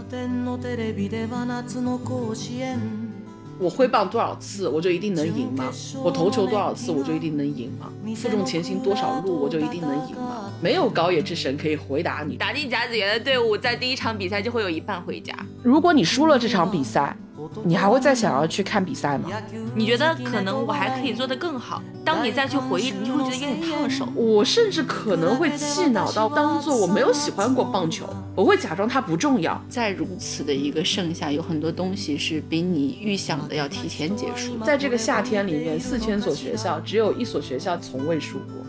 我挥棒多少次我就一定能赢吗？我投球多少次我就一定能赢吗？负重前行多少路我就一定能赢吗？没有高野之神可以回答你。 打进甲子园的队伍在第一场比赛就会有一半回家。 如果你输了这场比赛，你还会再想要去看比赛吗？ 你觉得可能我还可以做得更好，当你再去回忆，你会觉得有点烫手。 我甚至可能会气恼到当做我没有喜欢过棒球，我会假装它不重要。 在如此的一个盛夏，有很多东西是比你预想的要提前结束。 在这个夏天里面，4000所学校只有1所学校从未输过。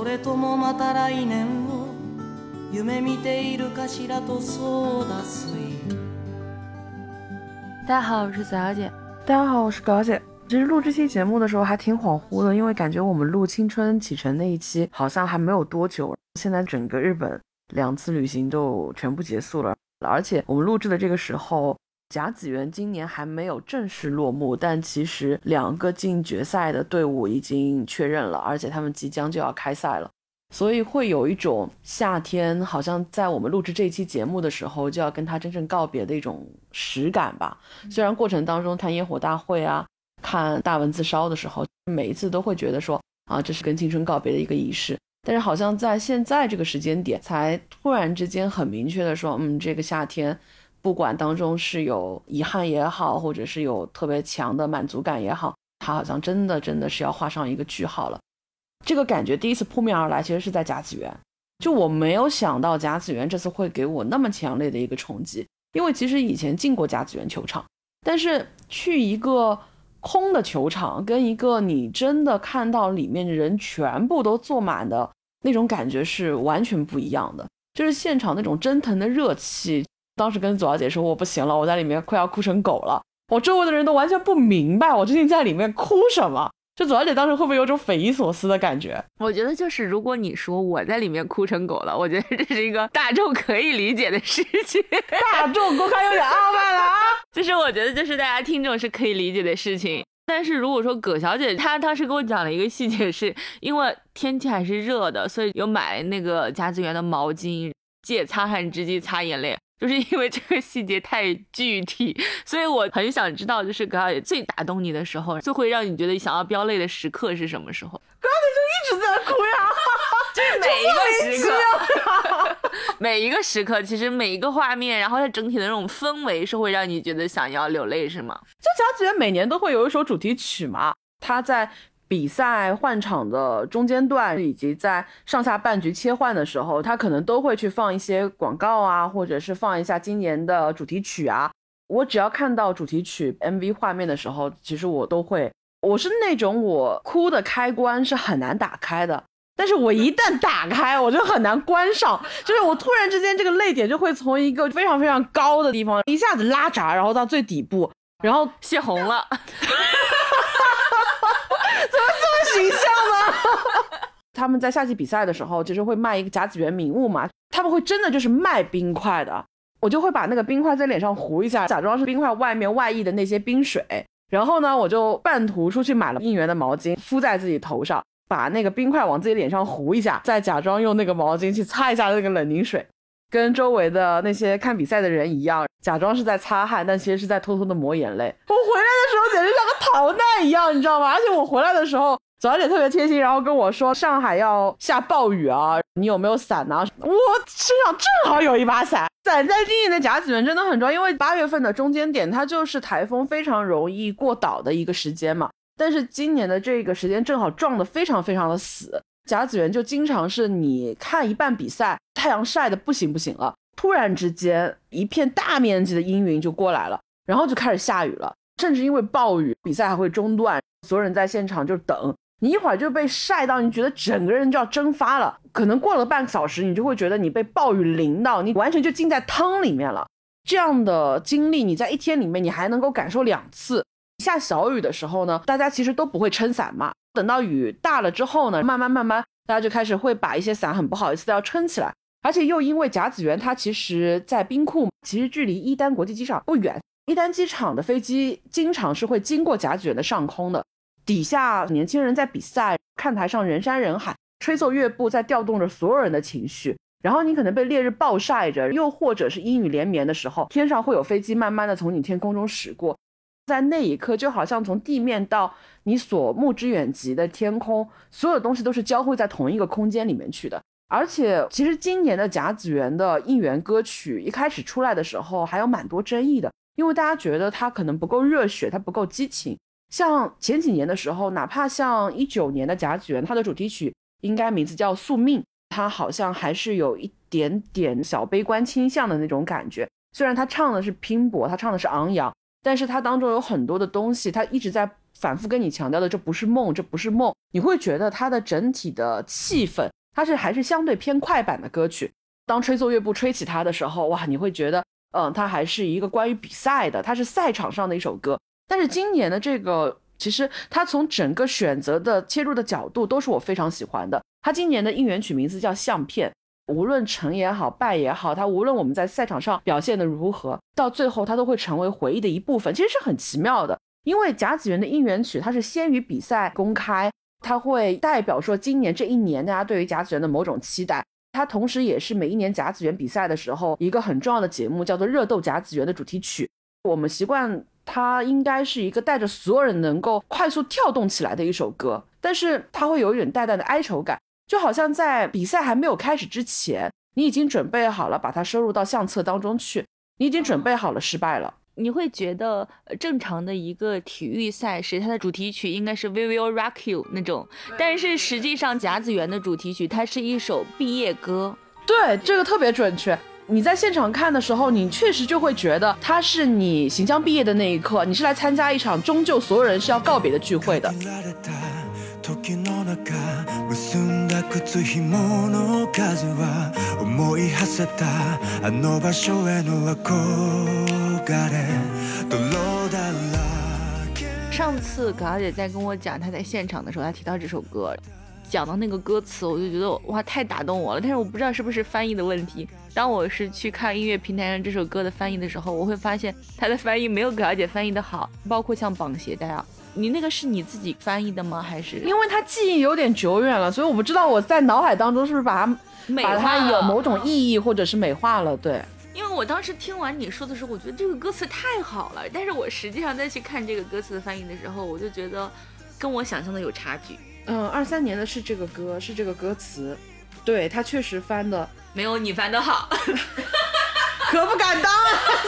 大家好，我是小姐。 大家好，我是高姐。其实录这期节目的时候还挺恍惚的，因为感觉我们录青春启程那一期好像还没有多久，现在整个日本2次旅行都全部结束了，而且我们录制的这个时候，甲子园今年还没有正式落幕，但其实2个进决赛的队伍已经确认了，而且他们即将就要开赛了，所以会有一种夏天好像在我们录制这期节目的时候就要跟他真正告别的一种实感吧。虽然过程当中看烟火大会啊，看大文字烧的时候，每一次都会觉得说啊，这是跟青春告别的一个仪式，但是好像在现在这个时间点才突然之间很明确的说，这个夏天不管当中是有遗憾也好，或者是有特别强的满足感也好，它好像真的是要画上一个句号了。这个感觉第一次扑面而来其实是在甲子园，就我没有想到甲子园这次会给我那么强烈的一个冲击，因为其实以前进过甲子园球场，但是去一个空的球场跟一个你真的看到里面的人全部都坐满的那种感觉是完全不一样的，就是现场那种蒸腾的热气。当时跟左小姐说我不行了，我在里面快要哭成狗了，我周围的人都完全不明白我最近在里面哭什么，就左小姐当时会不会有种匪夷所思的感觉？ 我觉得就是如果你说我在里面哭成狗了，我觉得这是一个大众可以理解的事情。 大众公开有点傲慢了啊！ 就是我觉得就是大家听众是可以理解的事情。但是如果说葛小姐她当时跟我讲了一个细节，是因为天气还是热的，所以有买那个甲子园的毛巾，借擦汗之际擦眼泪。就是因为这个细节太具体，所以我很想知道，就是葛小姐最打动你的时候，最会让你觉得想要飙泪的时刻是什么时候？ 葛小姐就一直在哭呀， 就是每一个时刻，每一个时刻，其实每一个画面，然后它整体的那种氛围是会让你觉得想要流泪，是吗？ 就甲子园每年都会有一首主题曲嘛，它在比赛换场的中间段以及在上下半局切换的时候，他可能都会去放一些广告啊，或者是放一下今年的主题曲啊。我只要看到主题曲 MV 画面的时候，其实我都会，我是那种我哭的开关是很难打开的，但是我一旦打开我就很难关上，就是我突然之间这个泪点就会从一个非常非常高的地方一下子拉闸，然后到最底部，然后泄洪了。 怎么这么形象呢？他们在夏季比赛的时候就是会卖一个甲子园名物嘛，他们会真的就是卖冰块的，我就会把那个冰块在脸上糊一下，假装是冰块外面外溢的那些冰水，然后呢我就半途出去买了应援的毛巾敷在自己头上，把那个冰块往自己脸上糊一下，再假装用那个毛巾去擦一下那个冷凝水，跟周围的那些看比赛的人一样，假装是在擦汗，但其实是在偷偷的抹眼泪。我回来的时候简直像个逃难一样，你知道吗？而且我回来的时候左小姐特别贴心，然后跟我说上海要下暴雨啊，你有没有伞啊？我身上正好有一把伞。伞在今年的甲子园真的很重要，因为8月份的中间点它就是台风非常容易过岛的一个时间嘛，但是今年的这个时间正好撞得非常非常的死，甲子园就经常是你看一半比赛太阳晒得不行不行了，突然之间一片大面积的阴云就过来了，然后就开始下雨了，甚至因为暴雨比赛还会中断，所有人在现场就等，你一会儿就被晒到你觉得整个人就要蒸发了，可能过了半个小时你就会觉得你被暴雨淋到，你完全就浸在汤里面了。这样的经历你在一天里面你还能够感受2次。下小雨的时候呢，大家其实都不会撑伞嘛，等到雨大了之后呢，慢慢大家就开始会把一些伞很不好意思的要撑起来，而且又因为甲子园它其实在兵库，其实距离伊丹国际机场不远，伊丹机场的飞机经常是会经过甲子园的上空的，底下年轻人在比赛，看台上人山人海，吹奏乐部在调动着所有人的情绪， 然后你可能被烈日暴晒着，又或者是阴雨连绵的时候，天上会有飞机慢慢的从你天空中驶过，在那一刻就好像从地面到你所目之远及的天空，所有东西都是交汇在同一个空间里面去的。而且其实今年的甲子园的应援歌曲一开始出来的时候还有蛮多争议的，因为大家觉得它可能不够热血，它不够激情。像前几年的时候，哪怕像19年的甲子园，它的主题曲应该名字叫宿命，它好像还是有一点点小悲观倾向的那种感觉。虽然它唱的是拼搏，它唱的是昂扬，但是它当中有很多的东西，它一直在反复跟你强调的这不是梦，这不是梦。你会觉得它的整体的气氛它还是相对偏快板的歌曲。当吹奏乐部吹起它的时候，哇，你会觉得它还是一个关于比赛的，它是赛场上的一首歌。但是今年的这个其实它从整个选择的切入的角度都是我非常喜欢的。它今年的应援曲名字叫相片，无论成也好败也好，它无论我们在赛场上表现的如何，到最后它都会成为回忆的一部分，其实是很奇妙的。因为甲子园的应援曲它是先于比赛公开，它会代表说今年这一年大家对于甲子园的某种期待，它同时也是每一年甲子园比赛的时候一个很重要的节目，叫做热斗甲子园的主题曲。我们习惯它应该是一个带着所有人能够快速跳动起来的一首歌，但是它会有一点淡淡的哀愁感，就好像在比赛还没有开始之前，你已经准备好了把它收入到相册当中去，你已经准备好了失败了。 你会觉得正常的一个体育赛事它的主题曲应该是 We Will Rock You 那种，但是实际上甲子园的主题曲它是一首毕业歌。 对，这个特别准确。你在现场看的时候，你确实就会觉得它是你行将毕业的那一刻，你是来参加一场终究所有人是要告别的聚会的。 時の中結んだ靴紐の数は思い馳せたあの場所への憧れ泥だらけ。 上次葛小姐在跟我讲她在现场的时候，她提到这首歌，讲到那个歌词，我就觉得哇太打动我了，但是我不知道是不是翻译的问题。当我是去看音乐平台上这首歌的翻译的时候，我会发现她的翻译没有葛小姐翻译的好，包括像绑鞋带啊。你那个是你自己翻译的吗？还是因为它记忆有点久远了，所以我不知道我在脑海当中是不是把它有某种意义或者是美化了。对， 因为我当时听完你说的时候，我觉得这个歌词太好了，但是我实际上再去看这个歌词的翻译的时候，我就觉得跟我想象的有差距。 23年的是这个歌，是这个歌词，对，它确实翻的没有你翻的好。 可不敢当。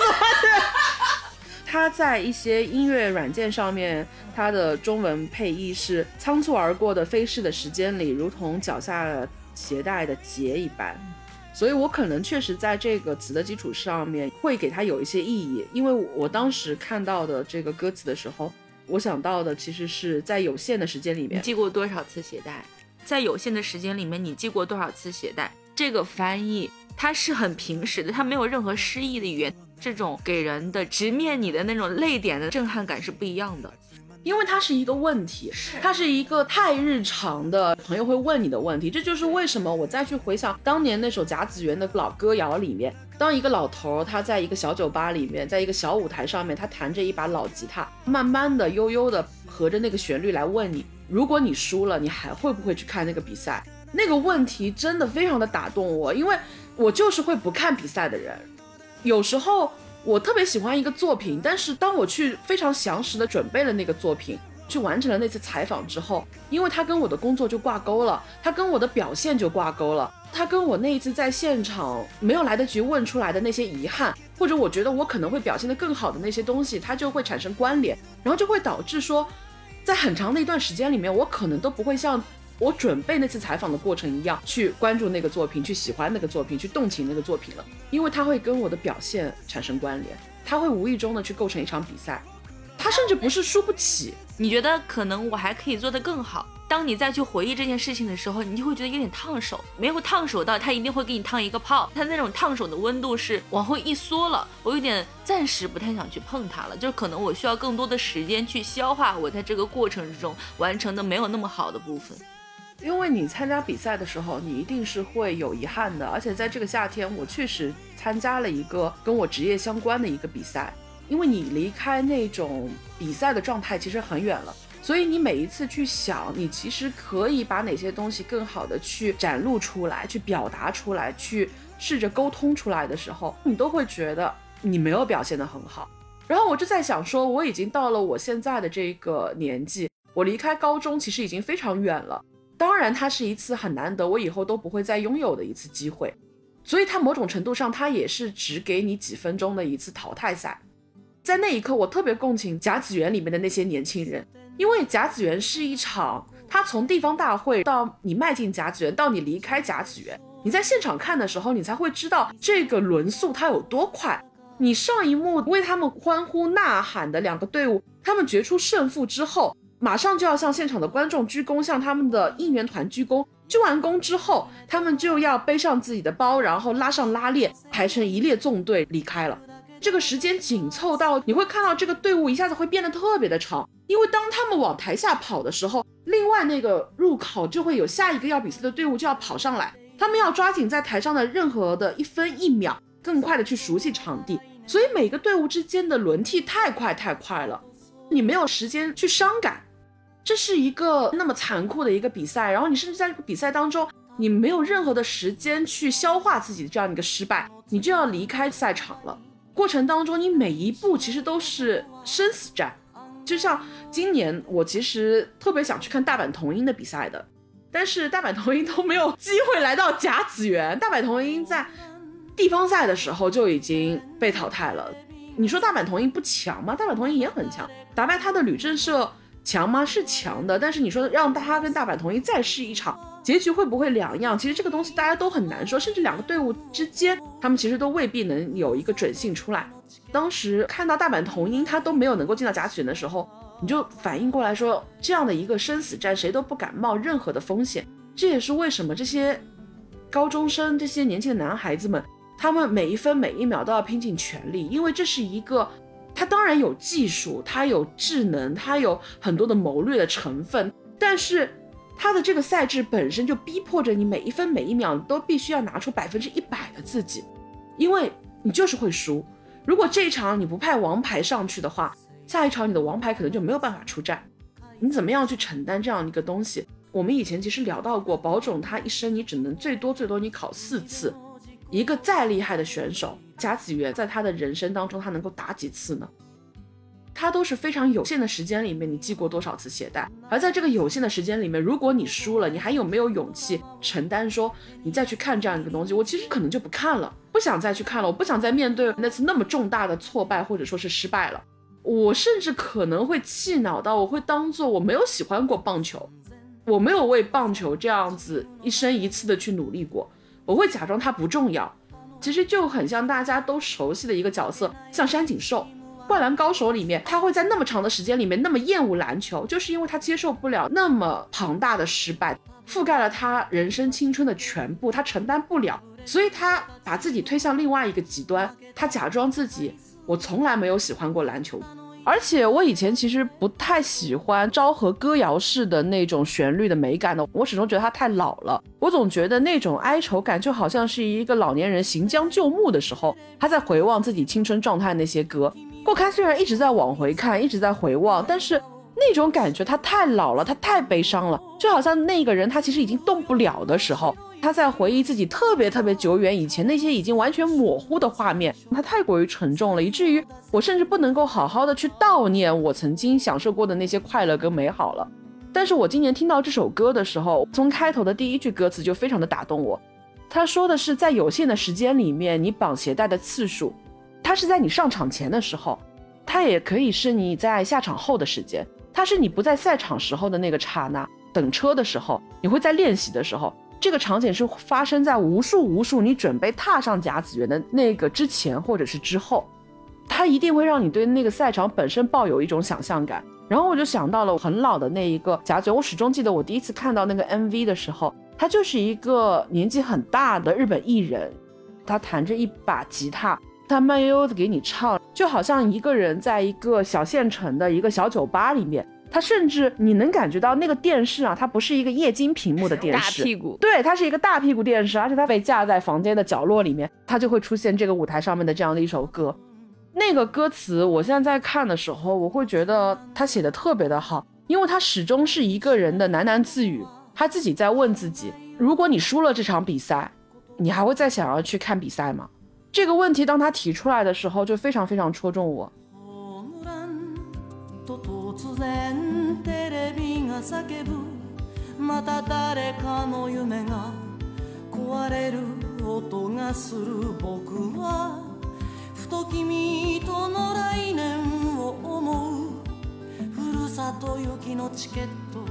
它在一些音乐软件上面，它的中文配译是仓促而过的飞逝的时间里，如同脚下鞋带的结一般。所以我可能确实在这个词的基础上面会给它有一些意义，因为我当时看到的这个歌词的时候，我想到的其实是在有限的时间里面， 你系过多少次鞋带？在有限的时间里面，你系过多少次鞋带？这个翻译它是很平实的，它没有任何诗意的语言，这种给人的直面你的那种泪点的震撼感是不一样的。 因为它是一个问题，它是一个太日常的朋友会问你的问题。这就是为什么我再去回想当年那首甲子园的老歌谣里面，当一个老头他在一个小酒吧里面，在一个小舞台上面，他弹着一把老吉他，慢慢的悠悠的合着那个旋律来问你，如果你输了，你还会不会去看那个比赛？那个问题真的非常的打动我，因为我就是会不看比赛的人。有时候我特别喜欢一个作品，但是当我去非常详实的准备了那个作品，去完成了那次采访之后，因为它跟我的工作就挂钩了，它跟我的表现就挂钩了，它跟我那一次在现场没有来得及问出来的那些遗憾，或者我觉得我可能会表现得更好的那些东西，它就会产生关联，然后就会导致说在很长的一段时间里面，我可能都不会像我准备那次采访的过程一样去关注那个作品，去喜欢那个作品，去动情那个作品了，因为它会跟我的表现产生关联，它会无意中的去构成一场比赛，它甚至不是输不起。 你觉得可能我还可以做得更好，当你再去回忆这件事情的时候，你就会觉得有点烫手，没有烫手到它一定会给你烫一个泡，它那种烫手的温度是往后一缩了，我有点暂时不太想去碰它了，就是可能我需要更多的时间去消化我在这个过程之中完成的没有那么好的部分。 因为你参加比赛的时候，你一定是会有遗憾的，而且在这个夏天，我确实参加了一个跟我职业相关的一个比赛，因为你离开那种比赛的状态其实很远了， 所以你每一次去想，你其实可以把哪些东西更好的去展露出来，去表达出来，去试着沟通出来的时候，你都会觉得你没有表现得很好。然后我就在想说，我已经到了我现在的这个年纪，我离开高中其实已经非常远了，当然它是一次很难得，我以后都不会再拥有的一次机会，所以它某种程度上它也是只给你几分钟的一次淘汰赛。在那一刻我特别共情甲子园里面的那些年轻人，因为甲子园是一场，它从地方大会到你迈进甲子园到你离开甲子园，你在现场看的时候，你才会知道这个轮速它有多快。你上一幕为他们欢呼呐喊的两个队伍，他们决出胜负之后，马上就要向现场的观众鞠躬，向他们的应援团鞠躬，鞠完躬之后，他们就要背上自己的包，然后拉上拉链，排成一列纵队离开了。这个时间紧凑到你会看到这个队伍一下子会变得特别的长，因为当他们往台下跑的时候，另外那个入口就会有下一个要比赛的队伍就要跑上来，他们要抓紧在台上的任何的一分一秒更快的去熟悉场地，所以每个队伍之间的轮替太快了，你没有时间去伤感。这是一个那么残酷的一个比赛，然后你甚至在这个比赛当中你没有任何的时间去消化自己的这样一个失败，你就要离开赛场了。过程当中你每一步其实都是生死战，就像今年我其实特别想去看大阪桐鹰的比赛的，但是大阪桐鹰都没有机会来到甲子园，大阪桐鹰在地方赛的时候就已经被淘汰了。你说大阪桐鹰不强吗？大阪桐鹰也很强，打败他的旅政社强吗？是强的，但是你说让他跟大阪桐鹰再试一场，结局会不会两样？其实这个东西大家都很难说，甚至两个队伍之间他们其实都未必能有一个准性出来。当时看到大阪桐鹰他都没有能够进到甲子园的时候，你就反应过来说，这样的一个生死战谁都不敢冒任何的风险。这也是为什么这些高中生，这些年轻的男孩子们，他们每一分每一秒都要拼尽全力，因为这是一个，他当然有技术，他有智能，他有很多的谋略的成分，但是他的这个赛制本身就逼迫着你每一分每一秒都必须要拿出100%的自己，因为你就是会输。如果这一场你不派王牌上去的话，下一场你的王牌可能就没有办法出战，你怎么样去承担这样一个东西？我们以前其实聊到过，保种他一生你只能最多你考4次，一个再厉害的选手，甲子园在他的人生当中他能够打几次呢？他都是非常有限的时间里面你系过多少次鞋带，而在这个有限的时间里面，如果你输了，你还有没有勇气承担说你再去看这样一个东西？我其实可能就不看了，不想再去看了，我不想再面对那次那么重大的挫败或者说是失败了。我甚至可能会气恼到我会当做我没有喜欢过棒球，我没有为棒球这样子一生一次的去努力过，我会假装它不重要。其实就很像大家都熟悉的一个角色，像山井寿，灌篮高手里面他会在那么长的时间里面那么厌恶篮球，就是因为他接受不了那么庞大的失败，覆盖了他人生青春的全部，他承担不了，所以他把自己推向另外一个极端，他假装自己我从来没有喜欢过篮球。而且我以前其实不太喜欢昭和歌谣式的那种旋律的美感的，我始终觉得它太老了，我总觉得那种哀愁感就好像是一个老年人行将就木的时候，他在回望自己青春状态那些歌。过刊虽然一直在往回看，一直在回望，但是那种感觉它太老了，它太悲伤了，就好像那个人他其实已经动不了的时候，他在回忆自己特别久远以前那些已经完全模糊的画面，它太过于沉重了，以至于我甚至不能够好好的去悼念我曾经享受过的那些快乐跟美好了。但是我今年听到这首歌的时候，从开头的第一句歌词就非常的打动我。他说的是在有限的时间里面你绑鞋带的次数，它是在你上场前的时候，它也可以是你在下场后的时间，它是你不在赛场时候的那个刹那，等车的时候，你会在练习的时候，这个场景是发生在无数你准备踏上甲子园的那个之前或者是之后，它一定会让你对那个赛场本身抱有一种想象感。然后我就想到了很老的那一个甲子园，我始终记得我第一次看到那个 MV 的时候，他就是一个年纪很大的日本艺人，他弹着一把吉他，他慢悠悠的给你唱，就好像一个人在一个小县城的一个小酒吧里面，他甚至你能感觉到那个电视啊，它不是一个液晶屏幕的电视， 大屁股， 对，它是一个大屁股电视，而且它被架在房间的角落里面，它就会出现这个舞台上面的这样的一首歌。那个歌词我现在在看的时候，我会觉得他写的特别的好， 因为他始终是一个人的喃喃自语，他自己在问自己，如果你输了这场比赛，你还会再想要去看比赛吗？这个问题当他提出来的时候就非常非常戳中我。また誰かの夢が壊れる音がする僕はふと君との来年を思うふるさと行きのチケット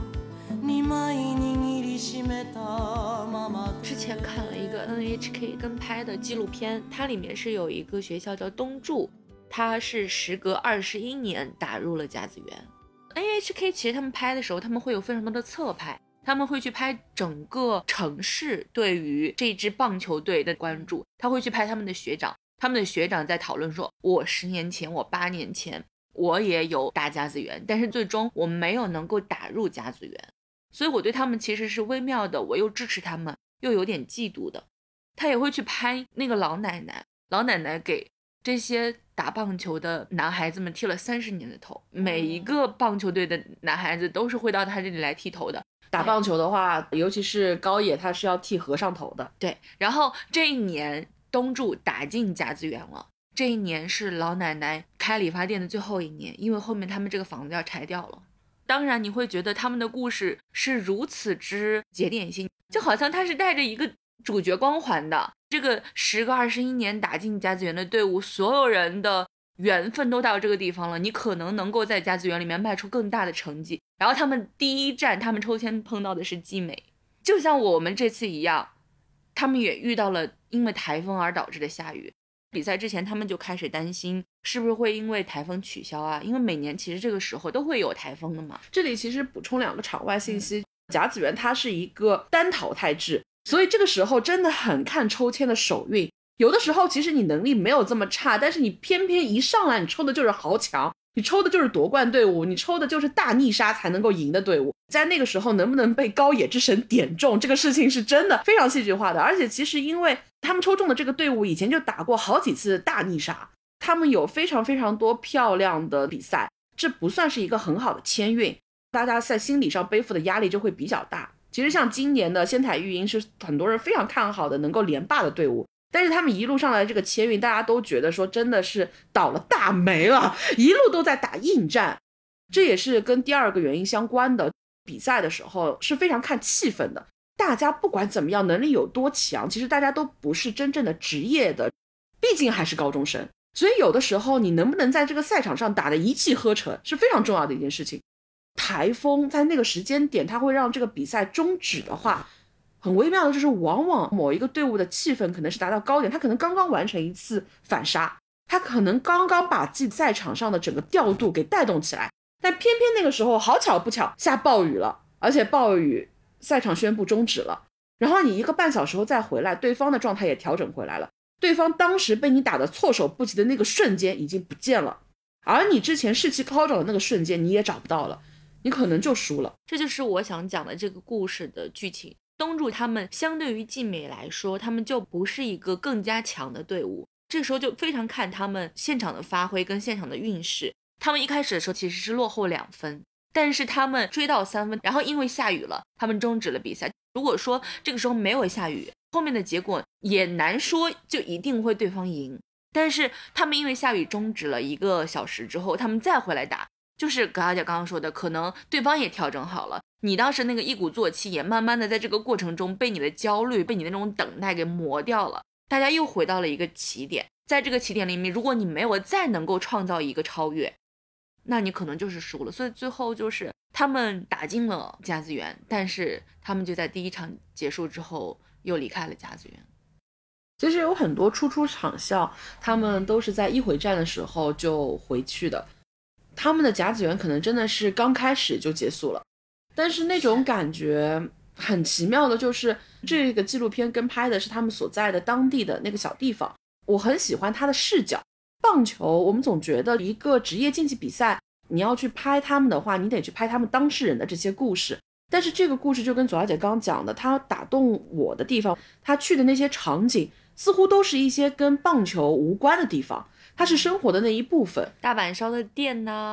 2枚握りしめたまま。 之前看了一个 NHK 跟拍的纪录片，它里面是有一个学校叫东柱，它是时隔21年打入了甲子园。NHK 其实他们拍的时候，他们会有非常多的侧拍，他们会去拍整个城市对于这支棒球队的关注，他会去拍他们的学长，他们的学长在讨论说，我10年前，我8年前，我也有打甲子园，但是最终我没有能够打入甲子园，所以我对他们其实是微妙的，我又支持他们，又有点嫉妒的。他也会去拍那个老奶奶，老奶奶给这些打棒球的男孩子们剃了30年的头，每一个棒球队的男孩子都是会到他这里来剃头的。 打棒球的话，尤其是高野，他是要剃和尚头的。 对，然后这一年东柱打进甲子园了，这一年是老奶奶开理发店的最后一年，因为后面他们这个房子要拆掉了。当然你会觉得他们的故事是如此之节点性，就好像他是带着一个主角光环的，这个时隔21年打进甲子园的队伍，所有人的缘分都到这个地方了，你可能能够在甲子园里面迈出更大的成绩。然后他们第一站，他们抽签碰到的是季美，就像我们这次一样，他们也遇到了因为台风而导致的下雨。比赛之前他们就开始担心是不是会因为台风取消啊，因为每年其实这个时候都会有台风的嘛。 这里其实补充2个场外信息，甲子园它是一个单淘汰制，所以这个时候真的很看抽签的手运。有的时候其实你能力没有这么差，但是你偏偏一上来你抽的就是豪强，你抽的就是夺冠队伍，你抽的就是大逆杀才能够赢的队伍，在那个时候能不能被高野之神点中，这个事情是真的非常戏剧化的。而且其实因为他们抽中的这个队伍以前就打过好几次大逆杀，他们有非常非常多漂亮的比赛，这不算是一个很好的签运，大家在心理上背负的压力就会比较大。其实像今年的仙台育英是很多人非常看好的能够连霸的队伍，但是他们一路上来这个签运，大家都觉得说真的是倒了大霉了，一路都在打硬战。这也是跟第2个原因相关的，比赛的时候是非常看气氛的，大家不管怎么样能力有多强，其实大家都不是真正的职业的，毕竟还是高中生，所以有的时候你能不能在这个赛场上打得一气呵成是非常重要的一件事情。台风在那个时间点它会让这个比赛终止的话，很微妙的就是往往某一个队伍的气氛可能是达到高点，他可能刚刚完成一次反杀，他可能刚刚把自己赛场上的整个调度给带动起来，但偏偏那个时候好巧不巧下暴雨了，而且暴雨赛场宣布终止了，然后你1个半小时后再回来，对方的状态也调整回来了，对方当时被你打得措手不及的那个瞬间已经不见了，而你之前士气高涨的那个瞬间你也找不到了，你可能就输了。 这就是我想讲的这个故事的剧情。东柱他们相对于季美来说，他们就不是一个更加强的队伍，这时候就非常看他们现场的发挥跟现场的运势。他们一开始的时候其实是落后2分，但是他们追到3分，然后因为下雨了，他们终止了比赛。如果说这个时候没有下雨，后面的结果也难说就一定会对方赢，但是他们因为下雨终止了1个小时之后，他们再回来打，就是葛小姐刚刚说的，可能对方也调整好了，你当时那个一鼓作气也慢慢的在这个过程中被你的焦虑，被你的那种等待给磨掉了，大家又回到了一个起点。在这个起点里面，如果你没有再能够创造一个超越，那你可能就是输了。所以最后就是他们打进了甲子园，但是他们就在第1场结束之后又离开了甲子园。 其实有很多初场校他们都是在1回战的时候就回去的，他们的甲子园可能真的是刚开始就结束了，但是那种感觉很奇妙的就是这个纪录片跟拍的是他们所在的当地的那个小地方，我很喜欢他的视角。棒球我们总觉得一个职业竞技比赛你要去拍他们的话，你得去拍他们当事人的这些故事，但是这个故事就跟左小姐刚刚讲的，他打动我的地方，他去的那些场景似乎都是一些跟棒球无关的地方，它是生活的那一部分。 大阪烧的店啊，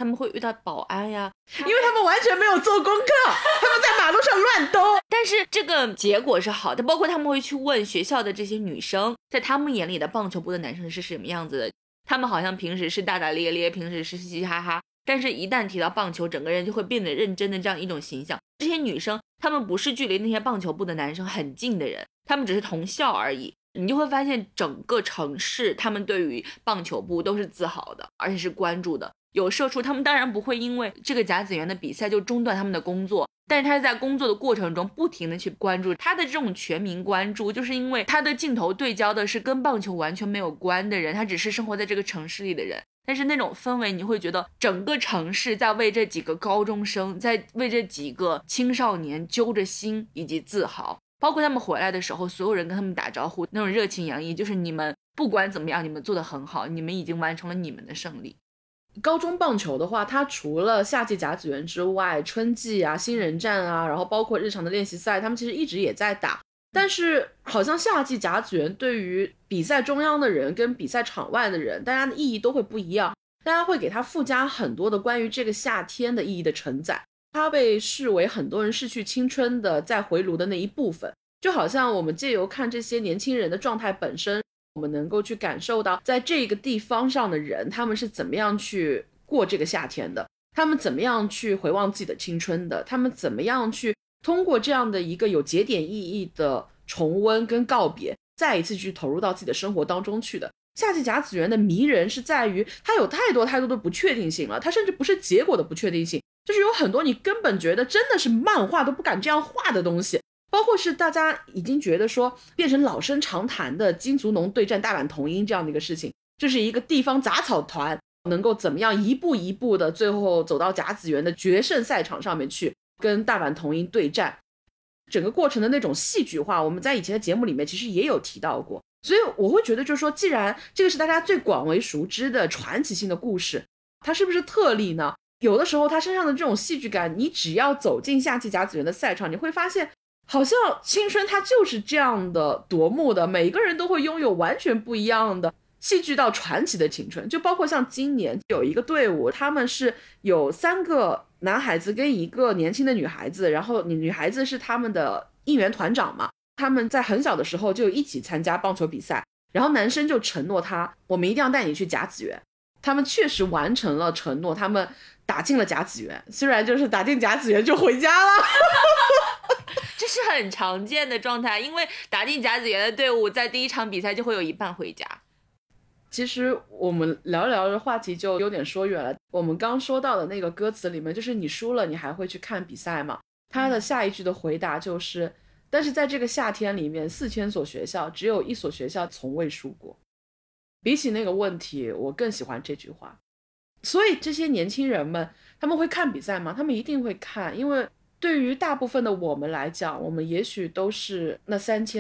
他们会遇到保安呀， 因为他们完全没有做功课，他们在马路上乱兜。 但是这个结果是好的，包括他们会去问学校的这些女生，在他们眼里的棒球部的男生是什么样子的。他们好像平时是大大咧咧，平时是嘻嘻哈哈，但是一旦提到棒球，整个人就会变得认真的这样一种形象。这些女生她们不是距离那些棒球部的男生很近的人，他们只是同校而已。你就会发现整个城市他们对于棒球部都是自豪的，而且是关注的。有社畜，他们当然不会因为这个甲子园的比赛就中断他们的工作，但是他在工作的过程中不停的去关注。他的这种全民关注，就是因为他的镜头对焦的是跟棒球完全没有关的人，他只是生活在这个城市里的人。但是那种氛围，你会觉得整个城市在为这几个高中生，在为这几个青少年揪着心以及自豪。包括他们回来的时候，所有人跟他们打招呼，那种热情洋溢，就是你们不管怎么样，你们做得很好，你们已经完成了你们的胜利。 高中棒球的话，它除了夏季甲子园之外，春季啊、新人战啊，然后包括日常的练习赛，他们其实一直也在打。但是好像夏季甲子园对于比赛中央的人跟比赛场外的人，大家的意义都会不一样，大家会给它附加很多的关于这个夏天的意义的承载。它被视为很多人逝去青春的再回炉的那一部分，就好像我们借由看这些年轻人的状态本身，我们能够去感受到在这个地方上的人，他们是怎么样去过这个夏天的，他们怎么样去回望自己的青春的，他们怎么样去通过这样的一个有节点意义的重温跟告别，再一次去投入到自己的生活当中去的。夏季甲子园的迷人是在于它有太多的不确定性了，它甚至不是结果的不确定性，就是有很多你根本觉得真的是漫画都不敢这样画的东西，包括是大家已经觉得说变成老生常谈的金足农对战大阪桐鹰这样的一个事情，就是一个地方杂草团能够怎么样一步一步的最后走到甲子园的决胜赛场上面去跟大阪桐鹰对战，整个过程的那种戏剧化，我们在以前的节目里面其实也有提到过。所以我会觉得就是说，既然这个是大家最广为熟知的传奇性的故事，它是不是特例呢？有的时候它身上的这种戏剧感，你只要走进夏季甲子园的赛场，你会发现好像青春它就是这样的夺目的，每个人都会拥有完全不一样的戏剧到传奇的青春。就包括像今年有一个队伍，他们是有3个男孩子跟一个年轻的女孩子，然后女孩子是他们的应援团长嘛，他们在很小的时候就一起参加棒球比赛，然后男生就承诺他，我们一定要带你去甲子园。他们确实完成了承诺，他们打进了甲子园，虽然就是打进甲子园就回家了这是很常见的状态，因为打进甲子园的队伍在第一场比赛就会有一半回家。 其实我们聊着聊着话题就有点说远了，我们刚说到的那个歌词里面，就是你输了你还会去看比赛吗？他的下一句的回答就是但是在这个夏天里面，4000所学校只有1所学校从未输过。比起那个问题，我更喜欢这句话。所以这些年轻人们，他们会看比赛吗？他们一定会看，因为对于大部分的我们来讲，我们也许都是那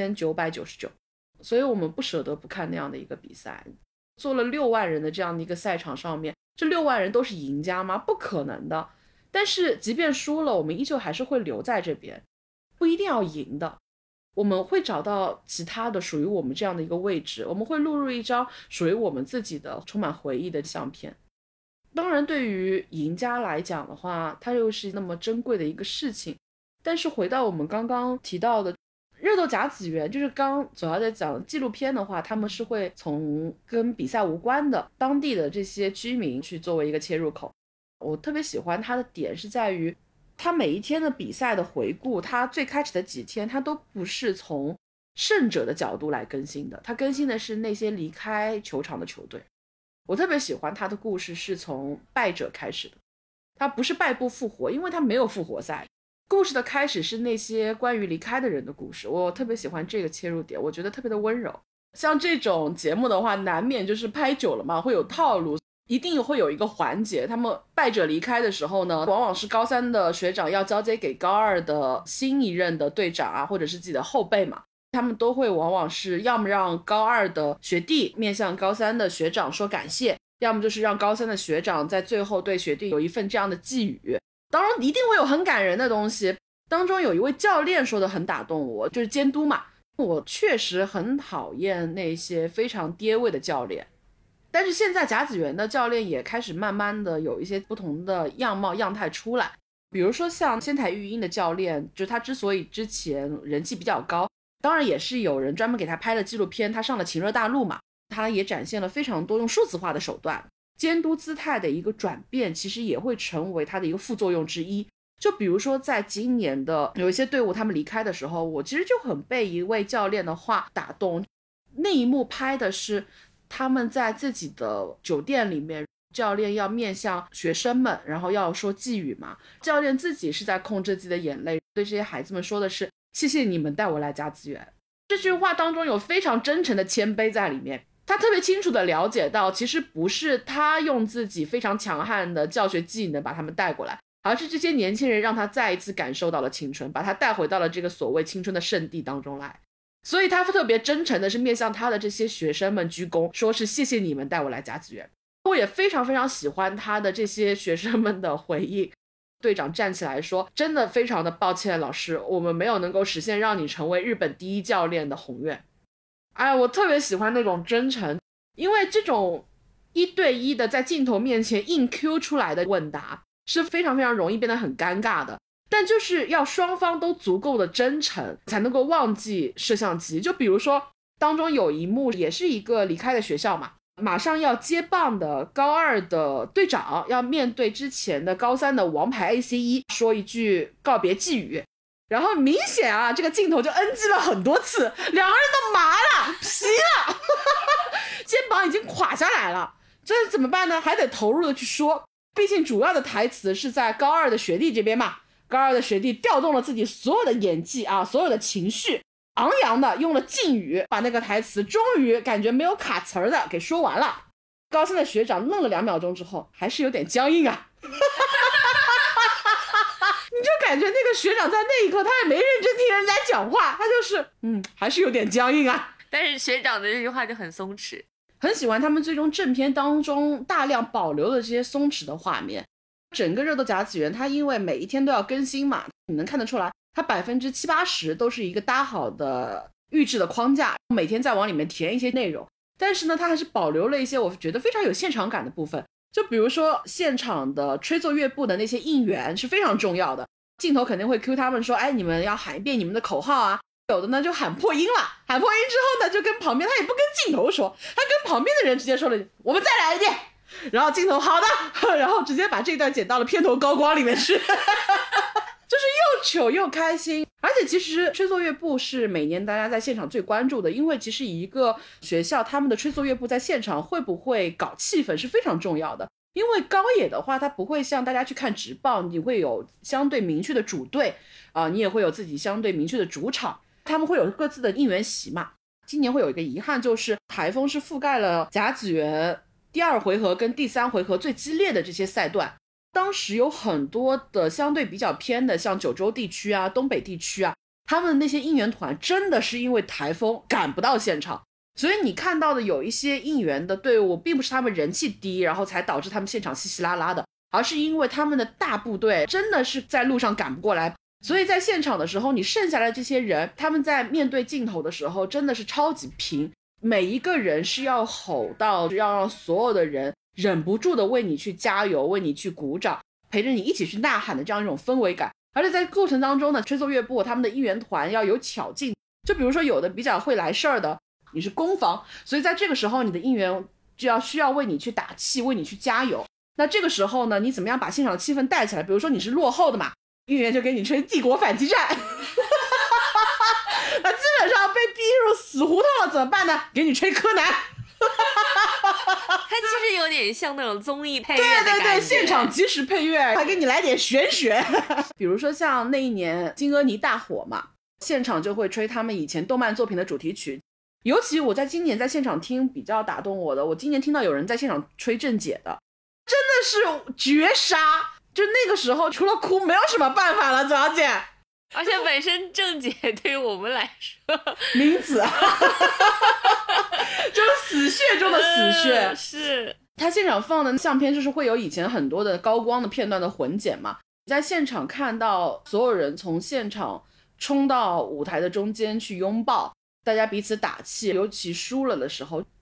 3999，所以我们不舍得不看那样的一个比赛。做了6万人的这样的一个赛场上面，这6万人都是赢家吗？不可能的。但是即便输了，我们依旧还是会留在这边，不一定要赢的，我们会找到其他的属于我们这样的一个位置，我们会录入一张属于我们自己的充满回忆的相片。当然对于赢家来讲的话，它又是那么珍贵的一个事情。但是回到我们刚刚提到的热斗甲子园，就是刚主要在讲纪录片的话，他们是会从跟比赛无关的当地的这些居民去作为一个切入口。我特别喜欢它的点是在于他每一天的比赛的回顾，他最开始的几天他都不是从胜者的角度来更新的，他更新的是那些离开球场的球队。我特别喜欢他的故事是从败者开始的，他不是败部复活，因为他没有复活赛。故事的开始是那些关于离开的人的故事，我特别喜欢这个切入点，我觉得特别的温柔。像这种节目的话，难免就是拍久了嘛，会有套路，一定会有一个环节，他们败者离开的时候呢，往往是高3的学长要交接给高2的新一任的队长啊，或者是自己的后辈嘛，他们都会往往是要么让高2的学弟面向高3的学长说感谢，要么就是让高3的学长在最后对学弟有一份这样的寄语。当然一定会有很感人的东西，当中有一位教练说的很打动我，就是监督嘛，我确实很讨厌那些非常爹味的教练， 但是现在甲子园的教练也开始慢慢的有一些不同的样貌样态出来，比如说像仙台育英的教练，就是他之所以之前人气比较高，当然也是有人专门给他拍了纪录片，他上了情热大陆嘛，他也展现了非常多用数字化的手段，监督姿态的一个转变，其实也会成为他的一个副作用之一。就比如说在今年的有一些队伍他们离开的时候，我其实就很被一位教练的话打动。那一幕拍的是他们在自己的酒店里面，教练要面向学生们，然后要说寄语嘛，教练自己是在控制自己的眼泪，对这些孩子们说的是谢谢你们带我来甲子园。这句话当中有非常真诚的谦卑在里面，他特别清楚的了解到其实不是他用自己非常强悍的教学技能把他们带过来，而是这些年轻人让他再一次感受到了青春，把他带回到了这个所谓青春的圣地当中来。所以他特别真诚的是面向他的这些学生们鞠躬，说是谢谢你们带我来甲子园。我也非常非常喜欢他的这些学生们的回应。队长站起来说，真的非常的抱歉老师，我们没有能够实现让你成为日本第一教练的宏愿。哎，我特别喜欢那种真诚，因为这种一对一的在镜头面前硬 Q 出来的问答是非常非常容易变得很尴尬的，但就是要双方都足够的真诚才能够忘记摄像机。就比如说当中有一幕也是一个离开的学校嘛，马上要接棒的高2的队长要面对之前的高3的王牌 ACE 说一句告别寄语，然后明显啊这个镜头就 NG 了很多次，两个人都麻了皮了肩膀已经垮下来了，这怎么办呢？还得投入的去说，毕竟主要的台词是在高2的学弟这边嘛，高2的学弟调动了自己所有的演技啊，所有的情绪，昂扬的用了敬语，把那个台词终于感觉没有卡词儿的给说完了。高3的学长愣了2秒钟之后还是有点僵硬啊你就感觉那个学长在那一刻他也没认真听人家讲话，他就是还是有点僵硬啊。 但是学长的这句话就很松弛。 很喜欢他们最终正片当中大量保留的这些松弛的画面。整个热斗甲子园它因为每一天都要更新嘛，你能看得出来它70%-80%都是一个搭好的预制的框架，每天再往里面填一些内容，但是呢它还是保留了一些我觉得非常有现场感的部分。就比如说现场的吹奏乐部的那些应援是非常重要的，镜头肯定会 cue 他们说，哎，你们要喊一遍你们的口号啊，有的呢就喊破音了，喊破音之后呢就跟旁边，他也不跟镜头说，他跟旁边的人直接说了我们再来一遍，然后镜头好的，然后直接把这段剪到了片头高光里面去就是又糗又开心。而且其实吹奏乐部是每年大家在现场最关注的，因为其实一个学校他们的吹奏乐部在现场会不会搞气氛是非常重要的。因为高野的话它不会像大家去看职棒，你会有相对明确的主队你也会有自己相对明确的主场，他们会有各自的应援席嘛。今年会有一个遗憾，就是台风是覆盖了甲子园第2回合跟第3回合最激烈的这些赛段，当时有很多的相对比较偏的像九州地区啊东北地区啊，他们那些应援团真的是因为台风赶不到现场，所以你看到的有一些应援的队伍并不是他们人气低然后才导致他们现场稀稀拉拉的，而是因为他们的大部队真的是在路上赶不过来，所以在现场的时候你剩下来这些人他们在面对镜头的时候真的是超级拼，每一个人是要吼到要让所有的人忍不住的为你去加油，为你去鼓掌，陪着你一起去呐喊的这样一种氛围感。而且在过程当中呢，吹奏乐部他们的应援团要有巧劲，就比如说有的比较会来事儿的，你是攻防，所以在这个时候你的应援就需要为你去打气，为你去加油。那这个时候呢，你怎么样把现场的气氛带起来？比如说你是落后的嘛，应援就给你吹帝国反击战那基本上被逼入死胡同了怎么办呢？给你吹柯南它其实有点像那种综艺配乐的感觉。 对对对，现场即时配乐，还给你来点玄学比如说像那一年金阿尼大火嘛，现场就会吹他们以前动漫作品的主题曲。尤其我在今年在现场听比较打动我的，我今年听到有人在现场吹正解的，真的是绝杀，就那个时候除了哭没有什么办法了，左小姐。 而且本身正解对于我们来说名字就是死穴中的死穴是他现场放的相片就是会有以前很多的高光的片段的混剪嘛，在现场看到所有人从现场冲到舞台的中间去拥抱，大家彼此打气，尤其输了的时候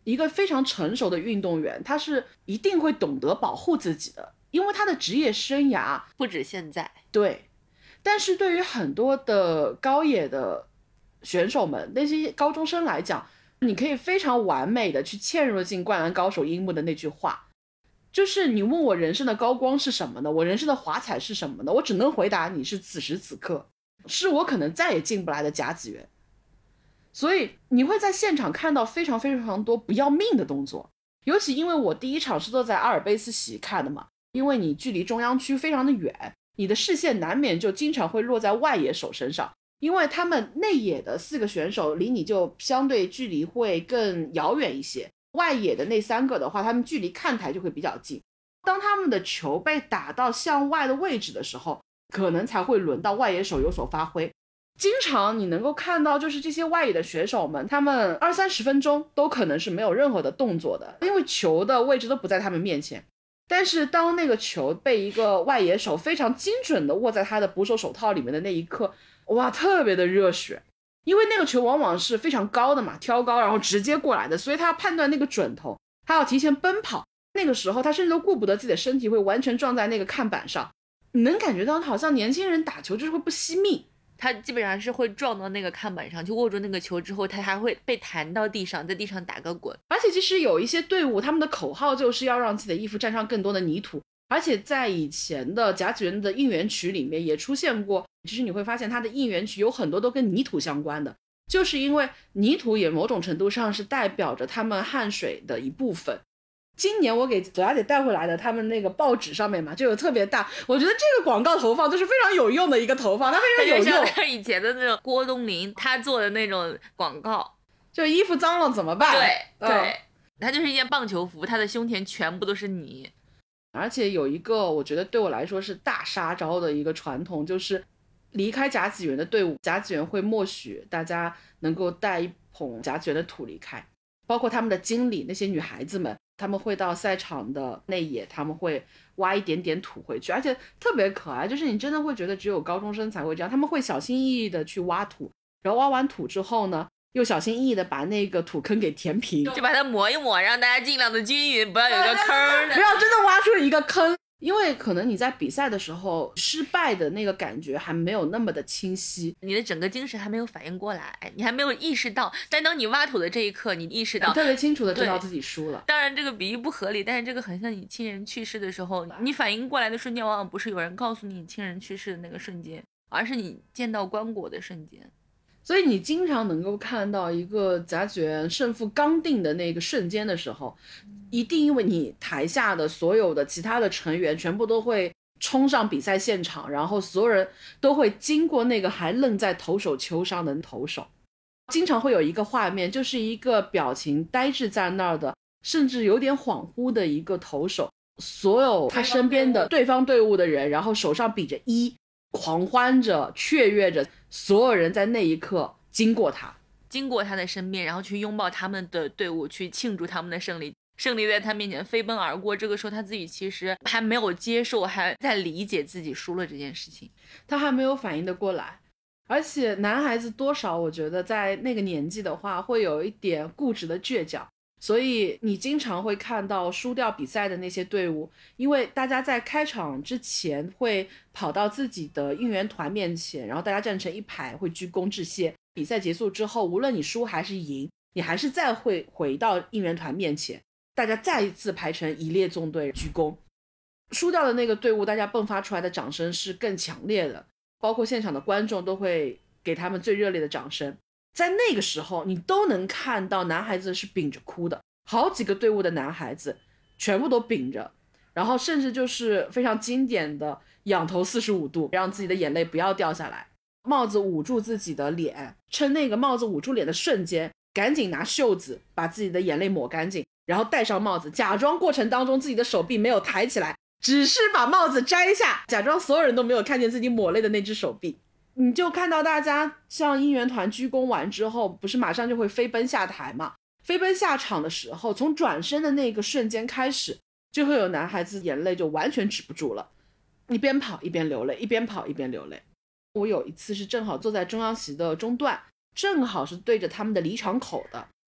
一个非常成熟的运动员，他是一定会懂得保护自己的，因为他的职业生涯不止现在。 对，但是对于很多的高野的选手们，那些高中生来讲，你可以非常完美的去嵌入进灌篮高手樱木的那句话，就是你问我人生的高光是什么呢？我人生的华彩是什么呢？我只能回答你是此时此刻，是我可能再也进不来的甲子园。所以你会在现场看到非常非常多不要命的动作，尤其因为我第一场是坐在阿尔卑斯席看的嘛，因为你距离中央区非常的远，你的视线难免就经常会落在外野手身上，因为他们内野的4个选手离你就相对距离会更遥远一些，外野的那3个的话，他们距离看台就会比较近。当他们的球被打到向外的位置的时候，可能才会轮到外野手有所发挥。经常你能够看到，就是这些外野的选手们，他们20-30分钟都可能是没有任何的动作的，因为球的位置都不在他们面前。但是当那个球被一个外野手非常精准的握在他的捕手手套里面的那一刻，哇，特别的热血。因为那个球往往是非常高的嘛，挑高然后直接过来的，所以他要判断那个准头，他要提前奔跑，那个时候他甚至都顾不得自己的身体会完全撞在那个看板上，你能感觉到好像年轻人打球就是会不惜命， 他基本上是会撞到那个看板上，就握住那个球之后，他还会被弹到地上，在地上打个滚。 而且其实有一些队伍，他们的口号就是要让自己的衣服沾上更多的泥土，而且在以前的甲子园的应援曲里面也出现过，其实你会发现他的应援曲有很多都跟泥土相关的，就是因为泥土也某种程度上是代表着他们汗水的一部分。今年我给左雅姐带回来的他们那个报纸上面嘛，就有特别大，我觉得这个广告投放就是非常有用的一个投放，它非常有用。 像以前的那种郭冬临他做的那种广告， 就衣服脏了怎么办？ 对，他就是一件棒球服，他的胸前全部都是泥。 而且有一个我觉得对我来说是大杀招的一个传统，就是离开甲子园的队伍，甲子园会默许大家能够带一捧甲子园的土离开，包括他们的经理那些女孩子们，他们会到赛场的内野，他们会挖一点点土回去，而且特别可爱，就是你真的会觉得只有高中生才会这样，他们会小心翼翼的去挖土，然后挖完土之后呢，又小心翼翼的把那个土坑给填平， 就把它磨一磨，让大家尽量的均匀，不要有一个坑， 不要真的挖出一个坑。因为可能你在比赛的时候失败的那个感觉还没有那么的清晰， 你的整个精神还没有反应过来，你还没有意识到，但当你挖土的这一刻，你意识到， 特别清楚的知道自己输了。 当然这个比喻不合理，但是这个很像你亲人去世的时候，你反应过来的瞬间，往往不是有人告诉你亲人去世的那个瞬间，而是你见到棺椁的瞬间。 所以你经常能够看到一个甲子园胜负刚定的那个瞬间的时候，一定因为你台下的所有的其他的成员全部都会冲上比赛现场，然后所有人都会经过那个还愣在投手丘上的投手，经常会有一个画面，就是一个表情呆滞在那儿的，甚至有点恍惚的一个投手，所有他身边的对方队伍的人，然后手上比着1，狂欢着雀跃着，所有人在那一刻经过他的身边，然后去拥抱他们的队伍，去庆祝他们的胜利，胜利在他面前飞奔而过。这个时候他自己其实还没有接受，还在理解自己输了这件事情， 他还没有反应得过来。而且男孩子多少我觉得在那个年纪的话会有一点固执的倔强，所以你经常会看到输掉比赛的那些队伍，因为大家在开场之前会跑到自己的应援团面前，然后大家站成一排会鞠躬致谢，比赛结束之后无论你输还是赢，你还是再会回到应援团面前，大家再一次排成一列纵队鞠躬。输掉的那个队伍大家迸发出来的掌声是更强烈的，包括现场的观众都会给他们最热烈的掌声。在那个时候你都能看到男孩子是屏着哭的，好几个队伍的男孩子全部都屏着，然后甚至就是非常经典的仰头45度，让自己的眼泪不要掉下来，帽子捂住自己的脸，趁那个帽子捂住脸的瞬间赶紧拿袖子把自己的眼泪抹干净，然后戴上帽子，假装过程当中自己的手臂没有抬起来，只是把帽子摘下，假装所有人都没有看见自己抹泪的那只手臂。你就看到大家向应援团鞠躬完之后，不是马上就会飞奔下台嘛？飞奔下场的时候，从转身的那个瞬间开始，就会有男孩子眼泪就完全止不住了，一边跑一边流泪，一边跑一边流泪。我有一次是正好坐在中央席的中段，正好是对着他们的离场口的，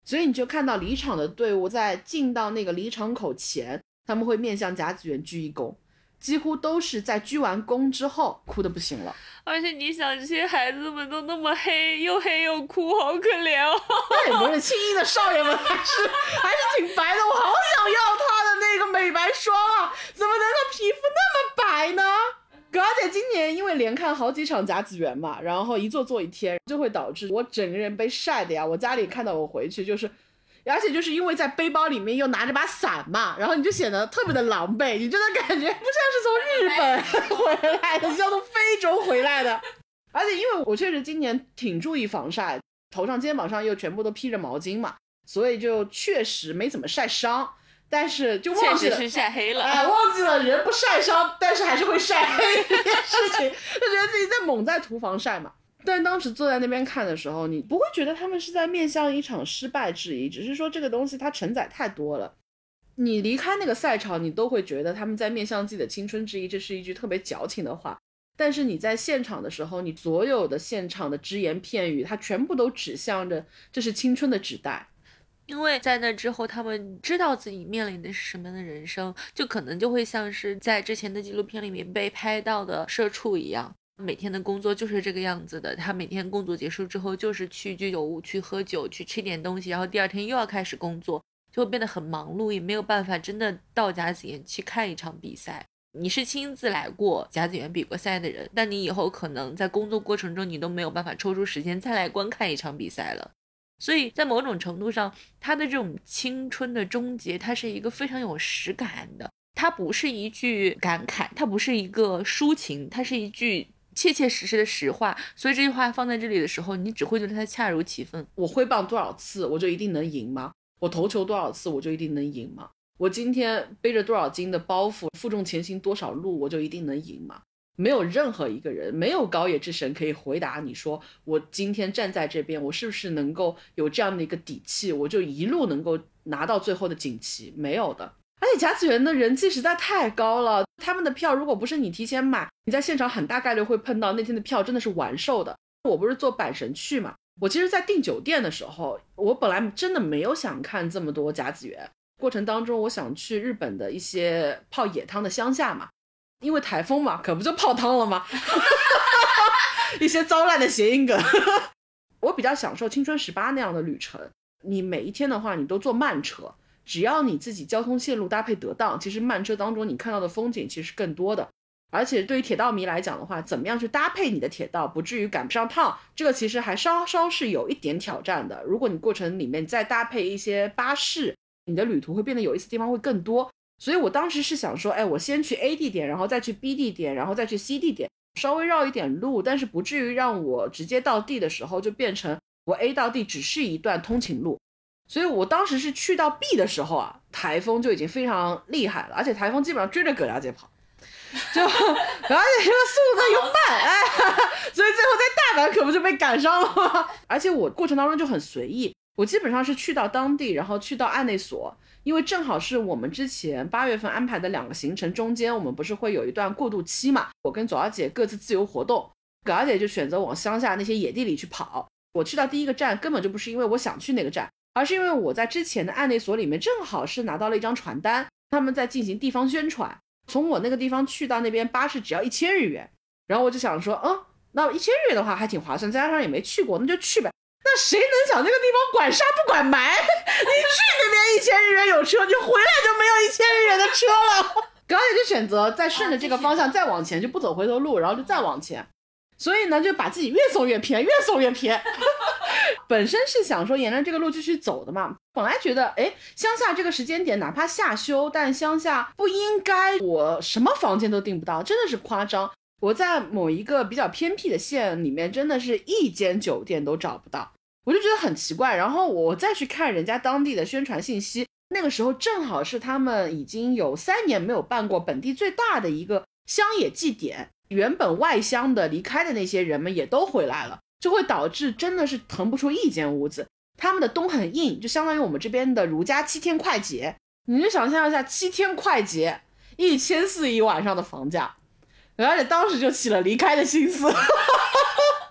所以你就看到离场的队伍在进到那个离场口前，他们会面向甲子园鞠一躬，几乎都是在鞠完躬之后哭得不行了。 而且你想，这些孩子们都那么黑，又黑又哭，好可怜哦。 那也不是，青衣的少爷们还是挺白的，我好想要他的那个美白霜啊，怎么能够皮肤那么白呢？葛小姐今年因为连看好几场甲子园嘛，然后一坐一天，就会导致我整个人被晒的呀。我家里看到我回去就是，而且就是因为在背包里面又拿着把伞嘛，然后你就显得特别的狼狈，你真的感觉不像是从日本回来的，像从非洲回来的。而且因为我确实今年挺注意防晒，头上肩膀上又全部都披着毛巾嘛，所以就确实没怎么晒伤。但是就忘记了， 确实是晒黑了， 忘记了人不晒伤，但是还是会晒黑这件事情，就觉得自己在涂防晒嘛。但当时坐在那边看的时候，你不会觉得他们是在面向一场失败质疑，只是说这个东西它承载太多了。你离开那个赛场，你都会觉得他们在面向自己的青春质疑，这是一句特别矫情的话。但是你在现场的时候，你所有的现场的只言片语，它全部都指向着这是青春的纸袋。 因为在那之后他们知道自己面临的是什么样的人生，就可能就会像是在之前的纪录片里面被拍到的社畜一样，每天的工作就是这个样子的，他每天工作结束之后就是去居酒屋去喝酒去吃点东西，然后第二天又要开始工作，就会变得很忙碌，也没有办法真的到甲子园去看一场比赛。你是亲自来过甲子园比过赛的人，但你以后可能在工作过程中你都没有办法抽出时间再来观看一场比赛了。所以在某种程度上，他的这种青春的终结，它是一个非常有实感的，它不是一句感慨，它不是一个抒情，它是一句切切实实的实话。所以这句话放在这里的时候，你只会觉得它恰如其分。 我挥棒多少次我就一定能赢吗？我投球多少次我就一定能赢吗？我今天背着多少斤的包袱，负重前行多少路我就一定能赢吗？没有任何一个人，没有高野之神可以回答你说，我今天站在这边，我是不是能够有这样的一个底气，我就一路能够拿到最后的锦旗？没有的。而且甲子园的人气实在太高了，他们的票如果不是你提前买，你在现场很大概率会碰到那天的票真的是完售的。我不是坐阪神去嘛，我其实在订酒店的时候，我本来真的没有想看这么多甲子园，过程当中我想去日本的一些泡野汤的乡下嘛，因为台风嘛，可不就泡汤了吗？一些糟烂的谐音梗。我比较享受青春18那样的旅程，你每一天的话你都坐慢车，只要你自己交通线路搭配得当，其实慢车当中你看到的风景其实是更多的。而且对于铁道迷来讲的话，怎么样去搭配你的铁道不至于赶不上趟，这个其实还稍稍是有一点挑战的。如果你过程里面再搭配一些巴士，你的旅途会变得有意思的地方会更多。所以我当时是想说，我先去 A 地点，然后再去 B 地点，然后再去 C 地点，稍微绕一点路，但是不至于让我直接到地的时候就变成我 A 到 D 只是一段通勤路。所以我当时是去到 B 的时候啊，台风就已经非常厉害了，而且台风基本上追着葛大姐跑，就而且这个速度又慢，所以最后在大阪可不就被赶上了吗？而且我过程当中就很随意，我基本上是去到当地，然后去到案内所，因为正好是我们之前8月份安排的2个行程中间，我们不是会有一段过渡期嘛，我跟左小姐各自自由活动，葛小姐就选择往乡下那些野地里去跑。我去到第一个站根本就不是因为我想去那个站，而是因为我在之前的案内所里面正好是拿到了一张传单，他们在进行地方宣传，从我那个地方去到那边巴士只要1000日元，然后我就想说那1000日元的话还挺划算，再加上也没去过，那就去呗。那谁能想那个地方管杀不管埋，你去那边1000日元有车，你回来就没有1000日元的车了。葛小姐就选择再顺着这个方向再往前，就不走回头路，然后就再往前，所以呢就把自己越送越偏，越送越偏。本身是想说沿着这个路继续走的嘛，本来觉得乡下这个时间点哪怕夏休，但乡下不应该我什么房间都订不到，真的是夸张。我在某一个比较偏僻的县里面真的是一间酒店都找不到，我就觉得很奇怪。然后我再去看人家当地的宣传信息，那个时候正好是他们已经有3年没有办过本地最大的一个乡野祭典，原本外乡的离开的那些人们也都回来了，就会导致真的是腾不出一间屋子。他们的冬很硬，就相当于我们这边的儒家7天快捷，你就想象一下7天快捷1400一晚上的房价，而且当时就起了离开的心思。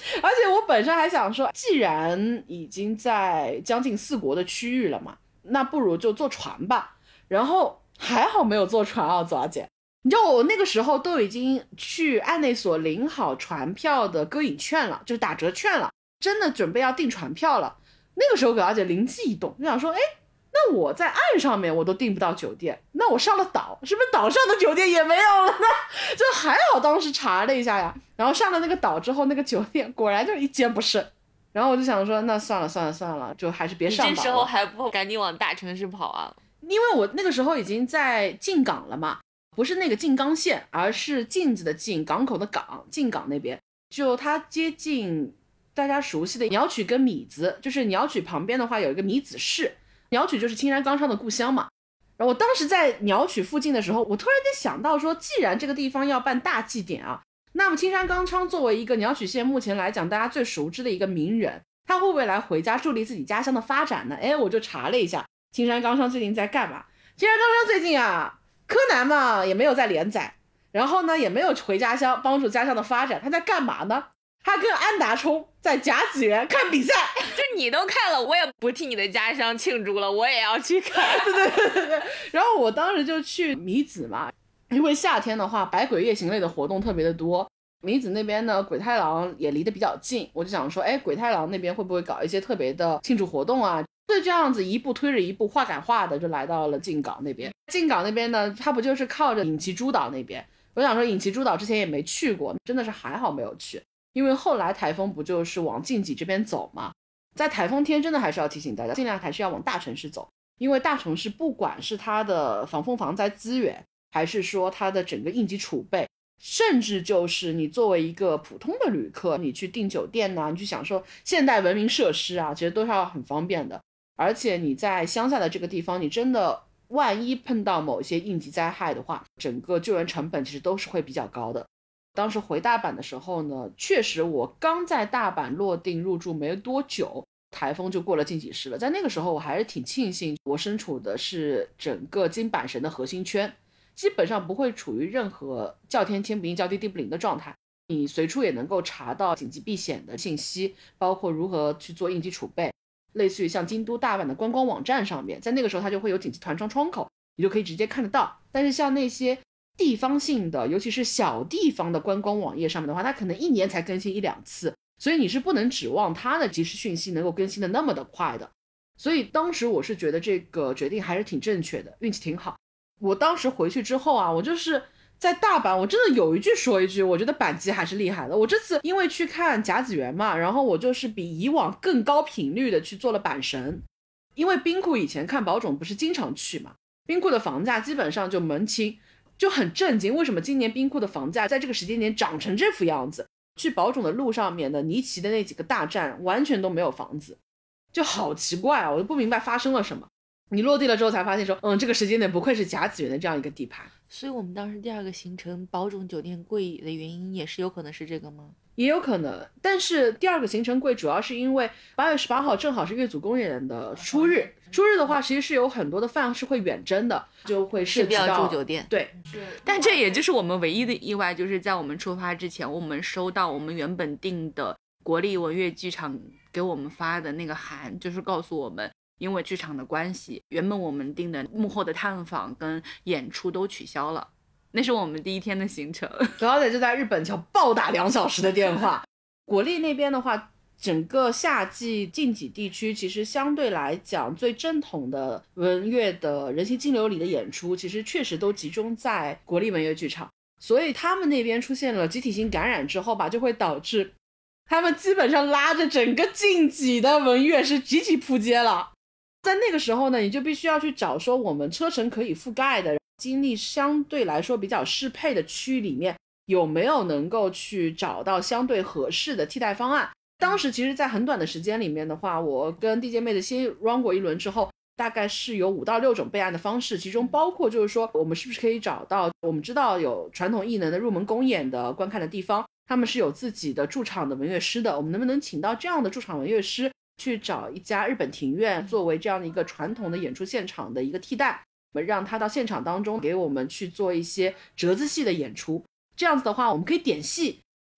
而且我本身还想说，既然已经在将近4国的区域了嘛，那不如就坐船吧。然后还好没有坐船啊，左小姐。你知道我那个时候都已经去案内所领好船票的歌影券了，就是打折券了，真的准备要订船票了。那个时候葛小姐灵机一动，就想说，哎，那我在岸上面我都订不到酒店，那我上了岛，是不是岛上的酒店也没有了呢？就还好当时查了一下呀，然后上了那个岛之后，那个酒店果然就一间不剩。然后我就想说，那算了，就还是别上岛了。 你这时候还不赶紧往大城市跑啊？ 因为我那个时候已经在进港了嘛，不是那个静冈县，而是镜子的镜，港口的港，进港那边，就它接近大家熟悉的鸟取跟米子，就是鸟取旁边的话有一个米子市，鸟取就是青山刚昌的故乡嘛。然后我当时在鸟取附近的时候，我突然间想到说，既然这个地方要办大祭典啊，那么青山刚昌作为一个鸟取县目前来讲大家最熟知的一个名人，他会不会来回家助力自己家乡的发展呢？哎，我就查了一下青山刚昌最近在干嘛。青山刚昌最近啊，柯南嘛也没有在连载，然后呢也没有回家乡帮助家乡的发展，他在干嘛呢？他跟安达充在甲子园看比赛。 就你都看了，我也不替你的家乡庆祝了，我也要去看。 对。然后我当时就去米子嘛，因为夏天的话百鬼夜行类的活动特别的多，米子那边呢鬼太郎也离得比较近，我就想说，哎，鬼太郎那边会不会搞一些特别的庆祝活动啊？就这样子一步推着一步，话赶话的就来到了静港那边。静港那边呢，它不就是靠着隐岐诸岛那边，我想说隐岐诸岛之前也没去过，真的是还好没有去，因为后来台风不就是往晋级这边走嘛。在台风天真的还是要提醒大家，尽量还是要往大城市走，因为大城市不管是它的防风防灾资源，还是说它的整个应急储备，甚至就是你作为一个普通的旅客，你去订酒店啊，你去享受现代文明设施啊，其实都是要很方便的。而且你在乡下的这个地方，你真的万一碰到某些应急灾害的话，整个救援成本其实都是会比较高的。当时回大阪的时候呢，确实我刚在大阪落定入住没多久，台风就过了晋级市了。在那个时候我还是挺庆幸我身处的是整个京阪神的核心圈，基本上不会处于任何叫天天不应叫地地不灵的状态，你随处也能够查到紧急避险的信息，包括如何去做应急储备，类似于像京都大阪的观光网站上面，在那个时候它就会有紧急团窗窗口，你就可以直接看得到。但是像那些地方性的，尤其是小地方的观光网页上面的话，它可能1年才更新1-2次，所以你是不能指望它的即时讯息能够更新的那么的快的。所以当时我是觉得这个决定还是挺正确的，运气挺好。我当时回去之后啊，我就是在大阪，我真的有一句说一句，我觉得阪急还是厉害的。我这次因为去看甲子园嘛，然后我就是比以往更高频率的去做了阪神。因为冰库以前看宝冢不是经常去嘛，冰库的房价基本上就门清，就很震惊，为什么今年冰库的房价在这个时间点涨成这副样子？去宝冢的路上面的尼奇的那几个大站完全都没有房子，就好奇怪啊！我都不明白发生了什么。你落地了之后才发现说，这个时间点不愧是甲子园的这样一个地盘。 所以我们当时第2个行程宝冢酒店贵的原因也是有可能是这个吗？ 也有可能，但是第2个行程贵主要是因为8月18号正好是月祖公园的出日，出日的话其实是有很多的饭是会远征的，就会涉及到要住酒店。 对， 但这也就是我们唯一的意外，就是在我们出发之前，我们收到我们原本订的国立文乐剧场给我们发的那个函，就是告诉我们因为剧场的关系，原本我们订的幕后的探访跟演出都取消了。那是我们第1天的行程， 主要就在日本桥暴打2小时的电话。国立那边的话，整个夏季近畿地区其实相对来讲最正统的文乐的人形金流里的演出，其实确实都集中在国立文乐剧场，所以他们那边出现了集体性感染之后吧，就会导致他们基本上拉着整个近畿的文乐是集体扑街了。在那个时候呢，你就必须要去找说我们车程可以覆盖的精力相对来说比较适配的区域里面，有没有能够去找到相对合适的替代方案。当时其实在很短的时间里面的话，我跟地姐妹的先 run 过一轮之后，大概是有5到6种备案的方式，其中包括就是说我们是不是可以找到我们知道有传统艺能的入门公演的观看的地方，他们是有自己的驻场的文乐师的，我们能不能请到这样的驻场文乐师去找一家日本庭院作为这样的一个传统的演出现场的一个替代，让他到现场当中给我们去做一些折子戏的演出。这样子的话我们可以点戏，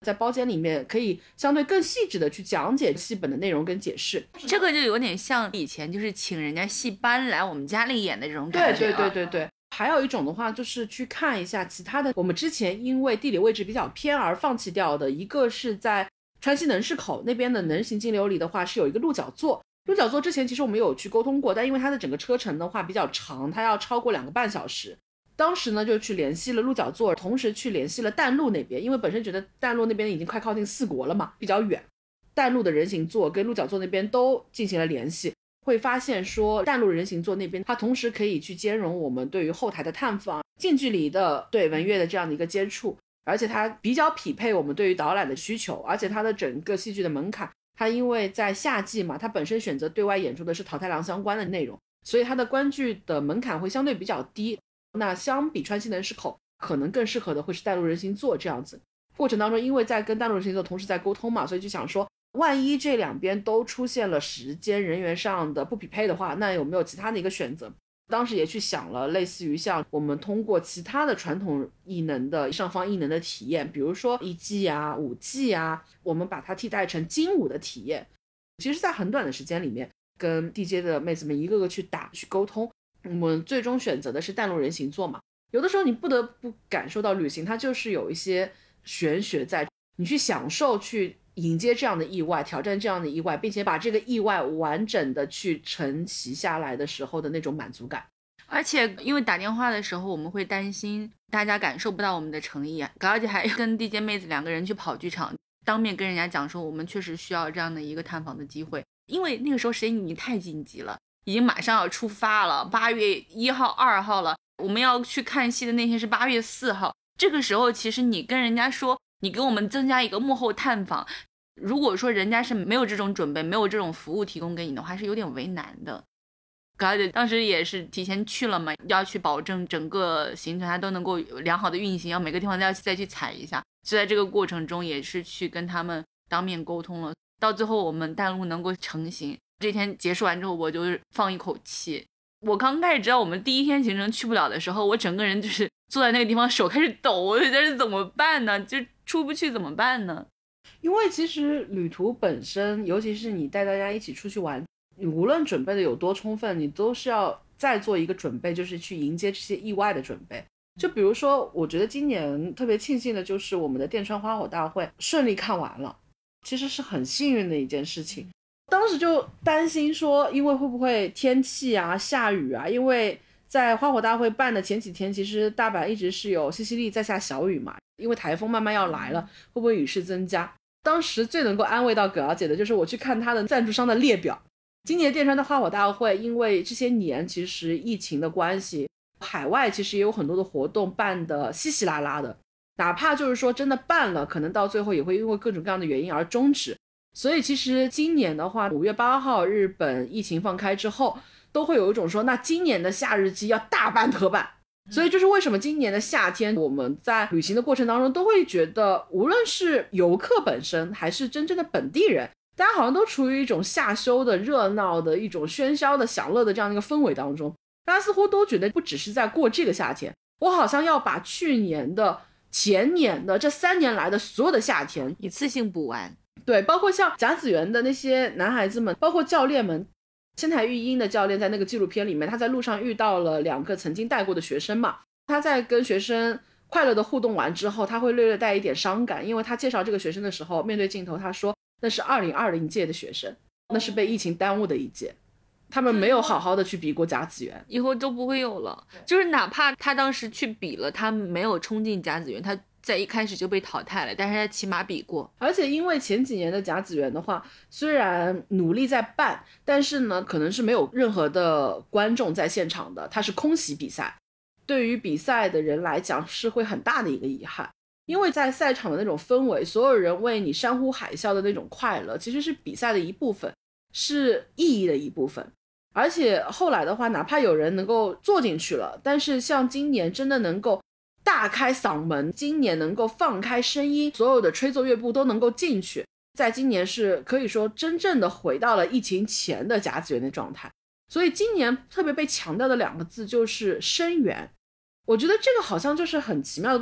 在包间里面可以相对更细致的去讲解戏本的内容跟解释。 这个就有点像以前就是请人家戏班来我们家里演的这种感觉。 对。还有一种的话就是去看一下其他的，我们之前因为地理位置比较偏而放弃掉的，一个是在川西能势口那边的能行金流里的话是有一个鹿角座。鹿角座之前其实我们有去沟通过，但因为它的整个车程的话比较长，它要超过2个半小时。当时呢就去联系了鹿角座，同时去联系了淡路那边，因为本身觉得淡路那边已经快靠近4国了嘛，比较远。淡路的人行座跟鹿角座那边都进行了联系，会发现说淡路人行座那边它同时可以去兼容我们对于后台的探访，近距离的对文乐的这样的一个接触，而且它比较匹配我们对于导览的需求，而且它的整个戏剧的门槛，它因为在夏季嘛，它本身选择对外演出的是桃太郎相关的内容，所以它的观剧的门槛会相对比较低。那相比川西能势口可能更适合的会是淡路人行座这样子。过程当中因为在跟淡路人行座同时在沟通嘛，所以就想说万一这两边都出现了时间人员上的不匹配的话，那有没有其他的一个选择。当时也去想了类似于像我们通过其他的传统艺能的上方艺能的体验，比如说一技啊武技啊，我们把它替代成精武的体验。其实在很短的时间里面跟地接的妹子们一个个去打去沟通，我们最终选择的是淡路人行座嘛。有的时候你不得不感受到旅行它就是有一些玄学在，你去享受去迎接这样的意外，挑战这样的意外，并且把这个意外完整的去承袭下来的时候的那种满足感。 而且因为打电话的时候我们会担心大家感受不到我们的诚意啊，而且还跟地接妹子2个人去跑剧场，当面跟人家讲说我们确实需要这样的一个探访的机会，因为那个时候时间已经太紧急了，已经马上要出发了，8月1号2号了，我们要去看戏的那天是8月4号。这个时候其实你跟人家说你给我们增加一个幕后探访，如果说人家是没有这种准备没有这种服务提供给你的话是有点为难的。而且当时也是提前去了嘛，要去保证整个行程它都能够良好的运行，要每个地方都要再去踩一下，就在这个过程中也是去跟他们当面沟通了，到最后我们淡路能够成行。这天结束完之后我就放一口气。我刚开始知道我们第1天行程去不了的时候，我整个人就是坐在那个地方手开始抖，我就在这怎么办呢，就出不去怎么办呢。 因为其实旅途本身，尤其是你带大家一起出去玩，你无论准备的有多充分，你都是要再做一个准备，就是去迎接这些意外的准备。就比如说我觉得今年特别庆幸的就是我们的电川花火大会顺利看完了，其实是很幸运的一件事情。当时就担心说因为会不会天气啊下雨啊，因为在花火大会办的前几天其实大阪一直是有淅淅沥在下小雨嘛，因为台风慢慢要来了，会不会雨势增加。当时最能够安慰到葛小姐的就是我去看她的赞助商的列表，今年电川的花火大会因为这些年其实疫情的关系，海外其实也有很多的活动办的稀稀拉拉的，哪怕就是说真的办了，可能到最后也会因为各种各样的原因而终止。所以其实今年的话5月8号日本疫情放开之后，都会有一种说那今年的夏日祭要大办特办。所以就是为什么今年的夏天我们在旅行的过程当中都会觉得无论是游客本身还是真正的本地人，大家好像都处于一种夏休的热闹的一种喧嚣的享乐的这样的一个氛围当中。大家似乎都觉得不只是在过这个夏天，我好像要把去年的前年的这3年来的所有的夏天一次性补完。 对，包括像甲子园的那些男孩子们，包括教练们，千台育英的教练在那个纪录片里面，他在路上遇到了2个曾经带过的学生嘛，他在跟学生快乐的互动完之后，他会略略带一点伤感，因为他介绍这个学生的时候面对镜头他说那是2020届的学生，那是被疫情耽误的一届，他们没有好好的去比过甲子园， 以后都不会有了。就是哪怕他当时去比了，他没有冲进甲子园，他在一开始就被淘汰了，但是他起码比过。 而且因为前几年的甲子园的话虽然努力在办，但是呢可能是没有任何的观众在现场的，它是空袭比赛，对于比赛的人来讲是会很大的一个遗憾。因为在赛场的那种氛围，所有人为你山呼海啸的那种快乐其实是比赛的一部分，是意义的一部分。而且后来的话哪怕有人能够坐进去了，但是像今年真的能够大开嗓门，今年能够放开声音，所有的吹奏乐部都能够进去，在今年是可以说真正的回到了疫情前的甲子园的状态。所以今年特别被强调的2个字就是声援。我觉得这个好像就是很奇妙的部分，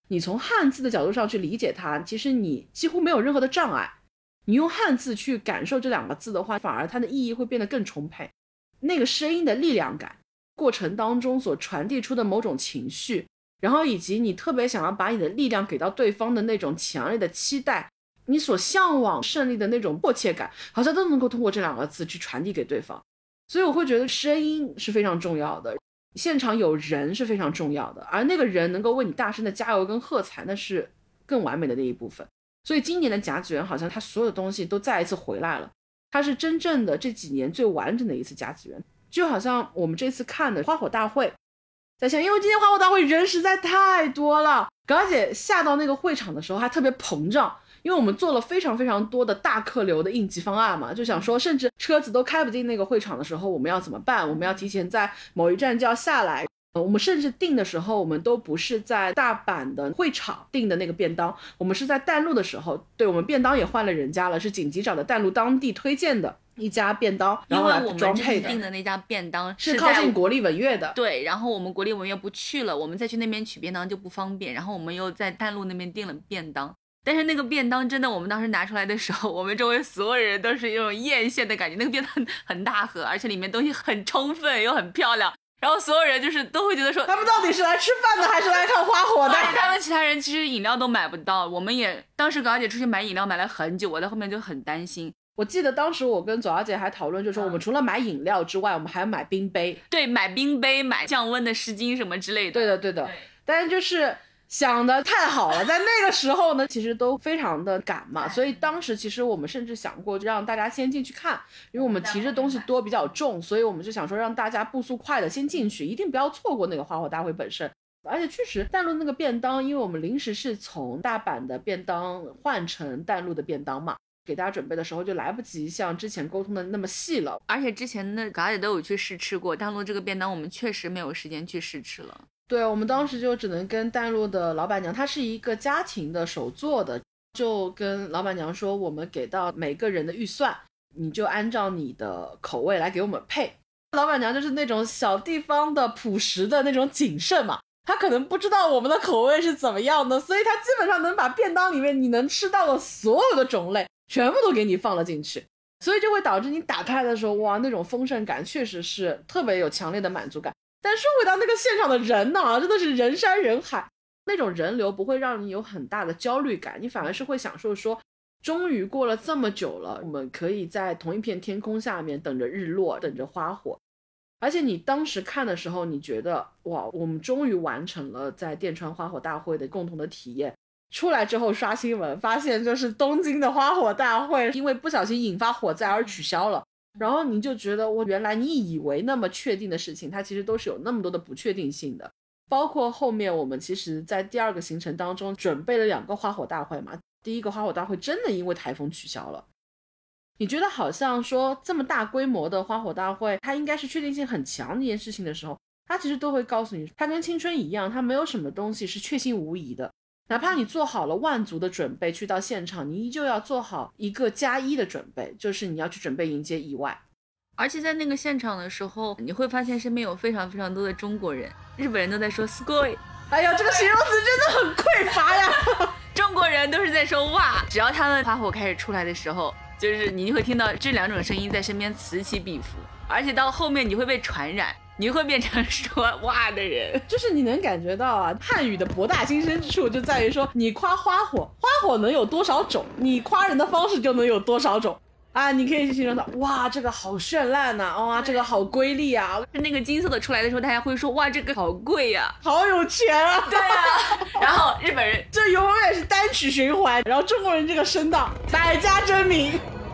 你从汉字的角度上去理解它，其实你几乎没有任何的障碍。你用汉字去感受这2个字的话，反而它的意义会变得更充沛。那个声音的力量感，过程当中所传递出的某种情绪，然后以及你特别想要把你的力量给到对方的那种强烈的期待，你所向往胜利的那种迫切感，好像都能够通过这2个字去传递给对方。所以我会觉得声音是非常重要的，现场有人是非常重要的，而那个人能够为你大声的加油跟喝彩，那是更完美的那一部分。所以今年的甲子园好像它所有的东西都再一次回来了，它是真正的这几年最完整的一次甲子园。就好像我们这次看的花火大会，在想因为今天花火大会人实在太多了，而且下到那个会场的时候还特别膨胀，因为我们做了非常非常多的大客流的应急方案嘛，就想说甚至车子都开不进那个会场的时候我们要怎么办，我们要提前在某一站就要下来。我们甚至订的时候我们都不是在大阪的会场订的那个便当，我们是在淡路的时候，对，我们便当也换了人家了，是紧急找的淡路当地推荐的一家便当，然后来装配的。 因为我们这次订的那家便当是靠近国立文悦的， 对，然后我们国立文悦不去了，我们再去那边取便当就不方便，然后我们又在淡路那边订了便当。但是那个便当真的，我们当时拿出来的时候，我们周围所有人都是有种艳羡的感觉。那个便当很大盒，而且里面东西很充分又很漂亮，然后所有人就是都会觉得说， 他们到底是来吃饭的还是来看花火的？ 而且他们其他人其实饮料都买不到，我们也当时高姐出去买饮料买了很久，我在后面就很担心。 我记得当时我跟左小姐还讨论，就是说我们除了买饮料之外，我们还要买冰杯。 对，买冰杯，买降温的湿巾什么之类的。 对的，对的。但是就是想的太好了，在那个时候呢，其实都非常的赶嘛，所以当时其实我们甚至想过让大家先进去看，因为我们提着东西多比较重，所以我们就想说让大家步速快的先进去，一定不要错过那个花火大会本身。而且确实淡路那个便当，因为我们临时是从大阪的便当换成淡路的便当嘛，给大家准备的时候就来不及像之前沟通的那么细了， 而且之前的嘎姐都有去试吃过，淡路这个便当我们确实没有时间去试吃了。 对，我们当时就只能跟淡路的老板娘，她是一个家庭的手做的，就跟老板娘说我们给到每个人的预算，你就按照你的口味来给我们配。老板娘就是那种小地方的朴实的那种谨慎嘛，她可能不知道我们的口味是怎么样的，所以她基本上能把便当里面你能吃到的所有的种类全部都给你放了进去，所以就会导致你打开的时候，哇，那种丰盛感确实是特别有强烈的满足感。但说回到那个现场的人呢，真的是人山人海，那种人流不会让你有很大的焦虑感，你反而是会享受说终于过了这么久了，我们可以在同一片天空下面等着日落，等着花火。而且你当时看的时候，你觉得哇，我们终于完成了在电川花火大会的共同的体验。出来之后刷新闻发现，就是东京的花火大会因为不小心引发火灾而取消了，然后你就觉得我原来你以为那么确定的事情，它其实都是有那么多的不确定性的。包括后面我们其实在第2个行程当中准备了2个花火大会嘛，第1个花火大会真的因为台风取消了。你觉得好像说这么大规模的花火大会它应该是确定性很强的一件事情的时候，它其实都会告诉你，它跟青春一样，它没有什么东西是确信无疑的。哪怕你做好了万足的准备去到现场，你依旧要做好一个+1的准备，就是你要去准备迎接意外。 而且在那个现场的时候，你会发现身边有非常非常多的中国人，日本人都在说すごい， 哎呀，这个形容词真的很匮乏呀中国人都是在说哇，只要他们花火开始出来的时候，就是你会听到这2种声音在身边此起彼伏，而且到后面你会被传染，你会变成说哇的人。 就是你能感觉到啊，汉语的博大精深之处就在于说，你夸花火，花火能有多少种，你夸人的方式就能有多少种啊！你可以去形容到，哇，这个好绚烂呐，哇，这个好瑰丽啊！ 那个金色的出来的时候，大家会说，哇，这个好贵呀， 好有钱啊！ 对啊，然后日本人这永远是单曲循环，然后中国人这个声道百家争鸣。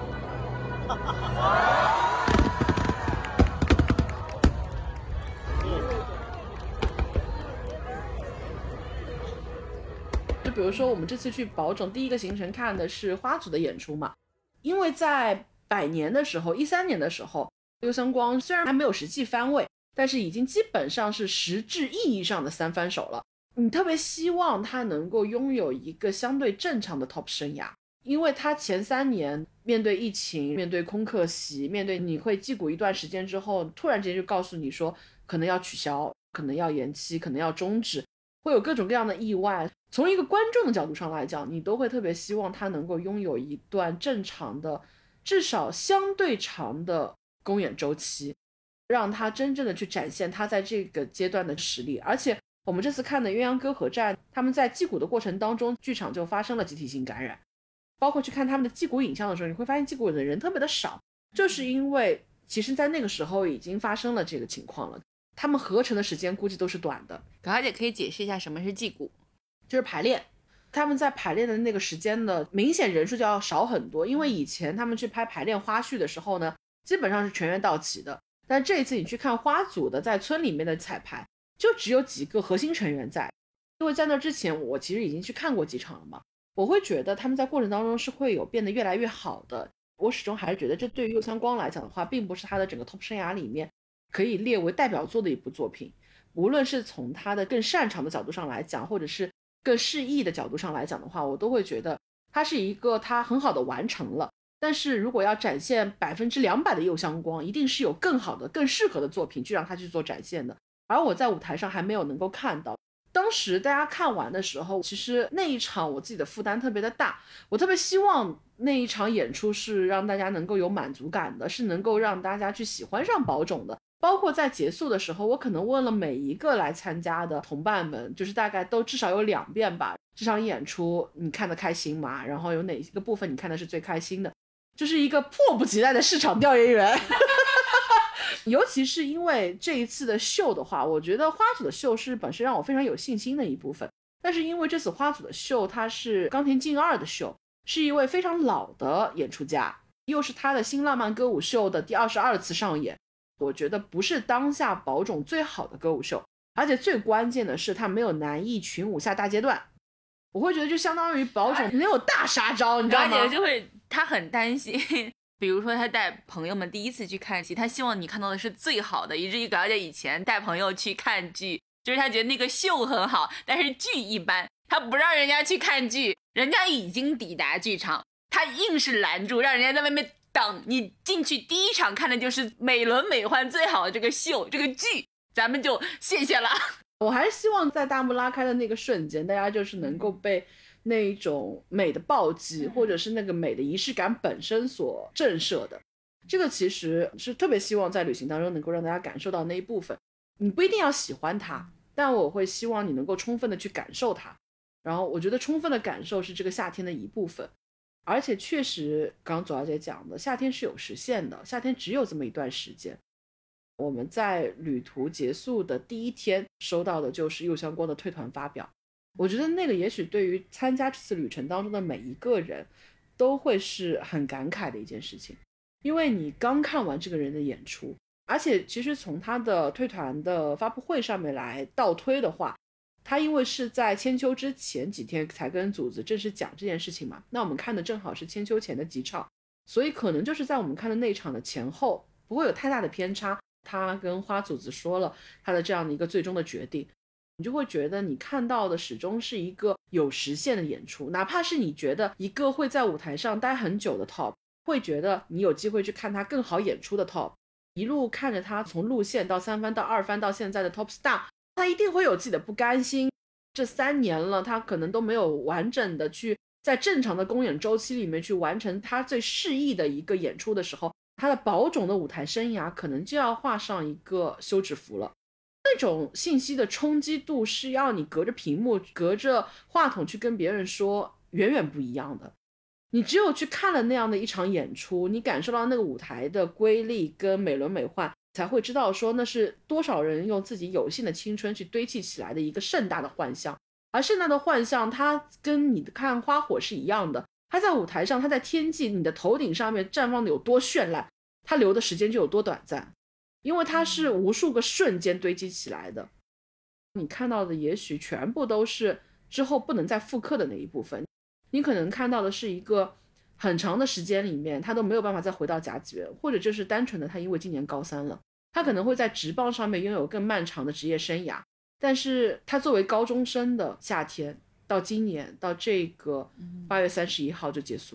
就比如说我们这次去宝冢第1个行程看的是花组的演出嘛，因为在100年的时候13年的时候，溜香光虽然还没有实际番位，但是已经基本上是实质意义上的3番手了。你特别希望他能够拥有一个相对正常的 top 生涯，因为他前3年面对疫情，面对空客席，面对你会击鼓一段时间之后，突然之间就告诉你说可能要取消，可能要延期，可能要终止。 会有各种各样的意外。从一个观众的角度上来讲，你都会特别希望他能够拥有一段正常的，至少相对长的公演周期，让他真正的去展现他在这个阶段的实力。而且我们这次看的鸳鸯歌合战，他们在击鼓的过程当中，剧场就发生了集体性感染，包括去看他们的击鼓影像的时候，你会发现击鼓的人特别的少，就是因为其实在那个时候已经发生了这个情况了，他们合成的时间估计都是短的。 葛小姐可以解释一下什么是击鼓？ 就是排练，他们在排练的那个时间的明显人数就要少很多，因为以前他们去拍排练花絮的时候呢，基本上是全员到齐的，但这一次你去看花组的在村里面的彩排，就只有几个核心成员在。因为在那之前我其实已经去看过几场了嘛，我会觉得他们在过程当中是会有变得越来越好的。我始终还是觉得这对于右相光来讲的话，并不是他的整个 top 生涯里面可以列为代表作的一部作品，无论是从他的更擅长的角度上来讲，或者是更适意的角度上来讲的话，我都会觉得它是一个它很好的完成了。但是如果要展现200%的右相光，一定是有更好的更适合的作品去让它去做展现的，而我在舞台上还没有能够看到。当时大家看完的时候，其实那一场我自己的负担特别的大，我特别希望那一场演出是让大家能够有满足感的，是能够让大家去喜欢上宝冢的。包括在结束的时候，我可能问了每一个来参加的同伴们，就是大概都至少有2遍吧，这场演出你看得开心吗？然后有哪一个部分你看的是最开心的？就是一个迫不及待的市场调研员尤其是因为这一次的秀的话，我觉得花组的秀是本身让我非常有信心的一部分，但是因为这次花组的秀它是冈田敬二的秀，是一位非常老的演出家，又是他的新浪漫歌舞秀的第22次上演，我觉得不是当下宝冢最好的歌舞秀，而且最关键的是他没有男艺群舞下大阶段，我会觉得就相当于宝冢没有大杀招，你知道吗？ 就会他很担心，比如说他带朋友们第一次去看戏，他希望你看到的是最好的，以至于葛小姐以前带朋友去看剧，就是他觉得那个秀很好，但是剧一般，他不让人家去看剧，人家已经抵达剧场，他硬是拦住，让人家在外面等，你进去第一场看的就是美轮美奂最好的这个秀这个剧，咱们就谢谢了。 我还是希望在大幕拉开的那个瞬间，大家就是能够被那一种美的暴击，或者是那个美的仪式感本身所震慑的。这个其实是特别希望在旅行当中能够让大家感受到那一部分。你不一定要喜欢它，但我会希望你能够充分的去感受它。然后我觉得充分的感受是这个夏天的一部分。而且确实刚刚左小姐讲的，夏天是有时限的，夏天只有这么一段时间。我们在旅途结束的第一天收到的就是右相光的退团发表，我觉得那个也许对于参加这次旅程当中的每一个人都会是很感慨的一件事情，因为你刚看完这个人的演出，而且其实从他的退团的发布会上面来倒推的话，他因为是在千秋之前几天才跟组织正式讲这件事情嘛，那我们看的正好是千秋前的几场，所以可能就是在我们看的那场的前后不会有太大的偏差，他跟花组织说了他的这样的一个最终的决定，你就会觉得你看到的始终是一个有实现的演出，哪怕是你觉得一个会在舞台上待很久的 top， 会觉得你有机会去看他更好演出的 top， 一路看着他从路线到3番到2番到现在的 top star， 他一定会有自己的不甘心，这3年了他可能都没有完整的去在正常的公演周期里面去完成他最适意的一个演出的时候，他的宝冢的舞台生涯可能就要画上一个休止符了。那种信息的冲击度是要你隔着屏幕隔着话筒去跟别人说远远不一样的，你只有去看了那样的一场演出，你感受到那个舞台的瑰丽跟美轮美奂，才会知道说那是多少人用自己有限的青春去堆砌起来的一个盛大的幻象。而盛大的幻象它跟你看花火是一样的，它在舞台上，它在天际你的头顶上面绽放的有多绚烂，它留的时间就有多短暂，因为它是无数个瞬间堆积起来的。你看到的也许全部都是之后不能再复刻的那一部分，你可能看到的是一个很长的时间里面他都没有办法再回到甲子园，或者就是单纯的他因为今年高3了，他可能会在职棒上面拥有更漫长的职业生涯，但是他作为高中生的夏天到今年到这个8月31号就结束了。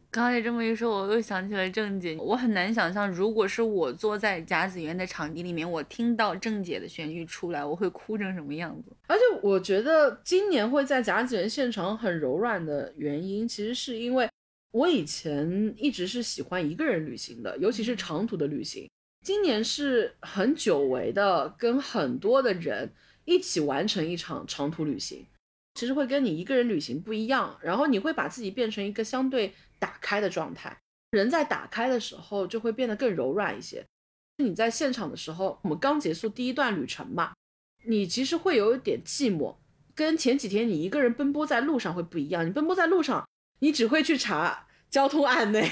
刚才这么一说，我又想起了郑姐。我很难想象，如果是我坐在甲子园的场地里面，我听到郑姐的旋律出来，我会哭成什么样子。 而且我觉得今年会在甲子园现场很柔软的原因，其实是因为我以前一直是喜欢一个人旅行的，尤其是长途的旅行。今年是很久违的跟很多的人一起完成一场长途旅行，其实会跟你一个人旅行不一样，然后你会把自己变成一个相对打开的状态。人在打开的时候就会变得更柔软一些。你在现场的时候，我们刚结束第一段旅程嘛，你其实会有一点寂寞，跟前几天你一个人奔波在路上会不一样。你奔波在路上，你只会去查交通案内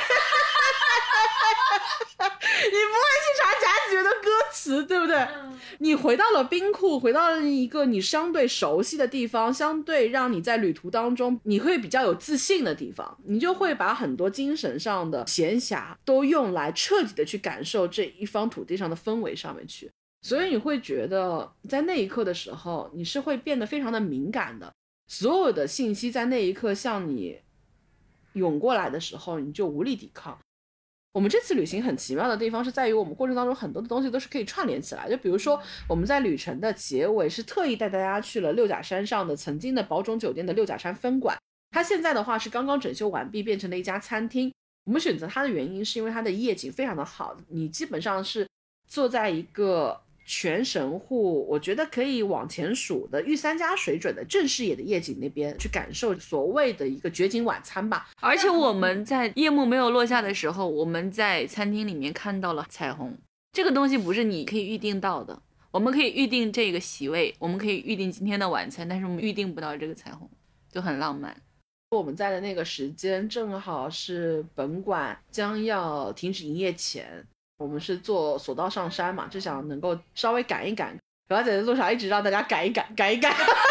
你不会去查甲子园的歌词，对不对？你回到了冰库，回到了一个你相对熟悉的地方，相对让你在旅途当中你会比较有自信的地方，你就会把很多精神上的闲暇都用来彻底的去感受这一方土地上的氛围上面去。所以你会觉得在那一刻的时候，你是会变得非常的敏感的，所有的信息在那一刻向你涌过来的时候，你就无力抵抗。我们这次旅行很奇妙的地方是在于我们过程当中很多的东西都是可以串联起来，就比如说我们在旅程的结尾是特意带大家去了六甲山上的曾经的宝冢酒店的六甲山分馆，它现在的话是刚刚整修完毕，变成了一家餐厅。我们选择它的原因是因为它的夜景非常的好，你基本上是坐在一个全神户我觉得可以往前数的御三家水准的正视野的夜景那边去感受所谓的一个绝景晚餐吧。 而且我们在夜幕没有落下的时候，我们在餐厅里面看到了彩虹，这个东西不是你可以预定到的。我们可以预定这个席位，我们可以预定今天的晚餐，但是我们预定不到这个彩虹，就很浪漫。 我们在的那个时间正好是本馆将要停止营业前，我们是坐索道上山嘛，就想能够稍微赶一赶，然后在路上一直让大家赶一赶就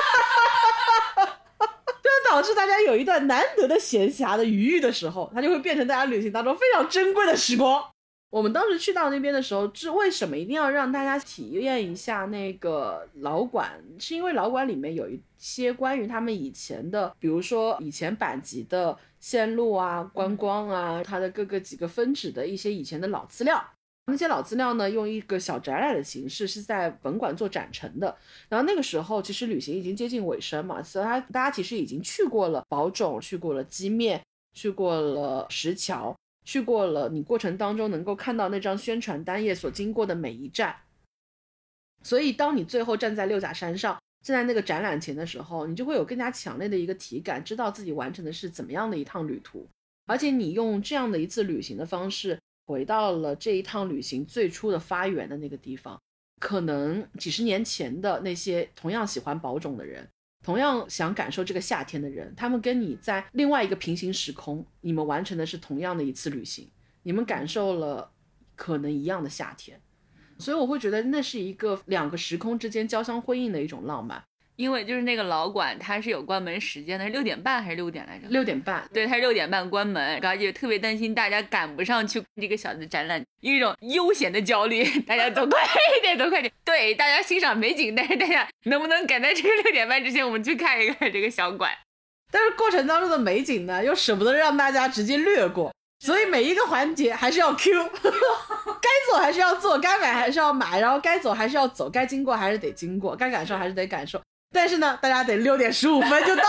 导致大家有一段难得的闲暇的余裕的时候，它就会变成大家旅行当中非常珍贵的时光。我们当时去到那边的时候，为什么一定要让大家体验一下那个老馆，是因为老馆里面有一些关于他们以前的，比如说以前阪急的线路啊、观光啊，它的各个几个分支的一些以前的老资料。那些老资料呢，用一个小展览的形式是在本馆做展陈的。然后那个时候其实旅行已经接近尾声嘛，所以大家其实已经去过了宝冢，去过了基面，去过了石桥，去过了你过程当中能够看到那张宣传单页所经过的每一站。所以当你最后站在六甲山上，站在那个展览前的时候，你就会有更加强烈的一个体感，知道自己完成的是怎么样的一趟旅途。而且你用这样的一次旅行的方式回到了这一趟旅行最初的发源的那个地方，可能几十年前的那些同样喜欢宝冢的人，同样想感受这个夏天的人，他们跟你在另外一个平行时空，你们完成的是同样的一次旅行，你们感受了可能一样的夏天。所以我会觉得那是一个两个时空之间交相辉映的一种浪漫。 因为就是那个老馆它是有关门时间的，是6点半还是6点来着 ？6点半， 对，它是6点半关门，而且特别担心大家赶不上去这个小的展览，一种悠闲的焦虑，大家走快一点，走快点。对，大家欣赏美景，但是大家能不能赶在这个6点半之前，我们去看一看这个小馆？ 但是过程当中的美景呢，又舍不得让大家直接略过，所以每一个环节还是要 Q 该做还是要做，该买还是要买，然后该走还是要走，该经过还是得经过，该感受还是得感受。但是呢，大家得6点15分就到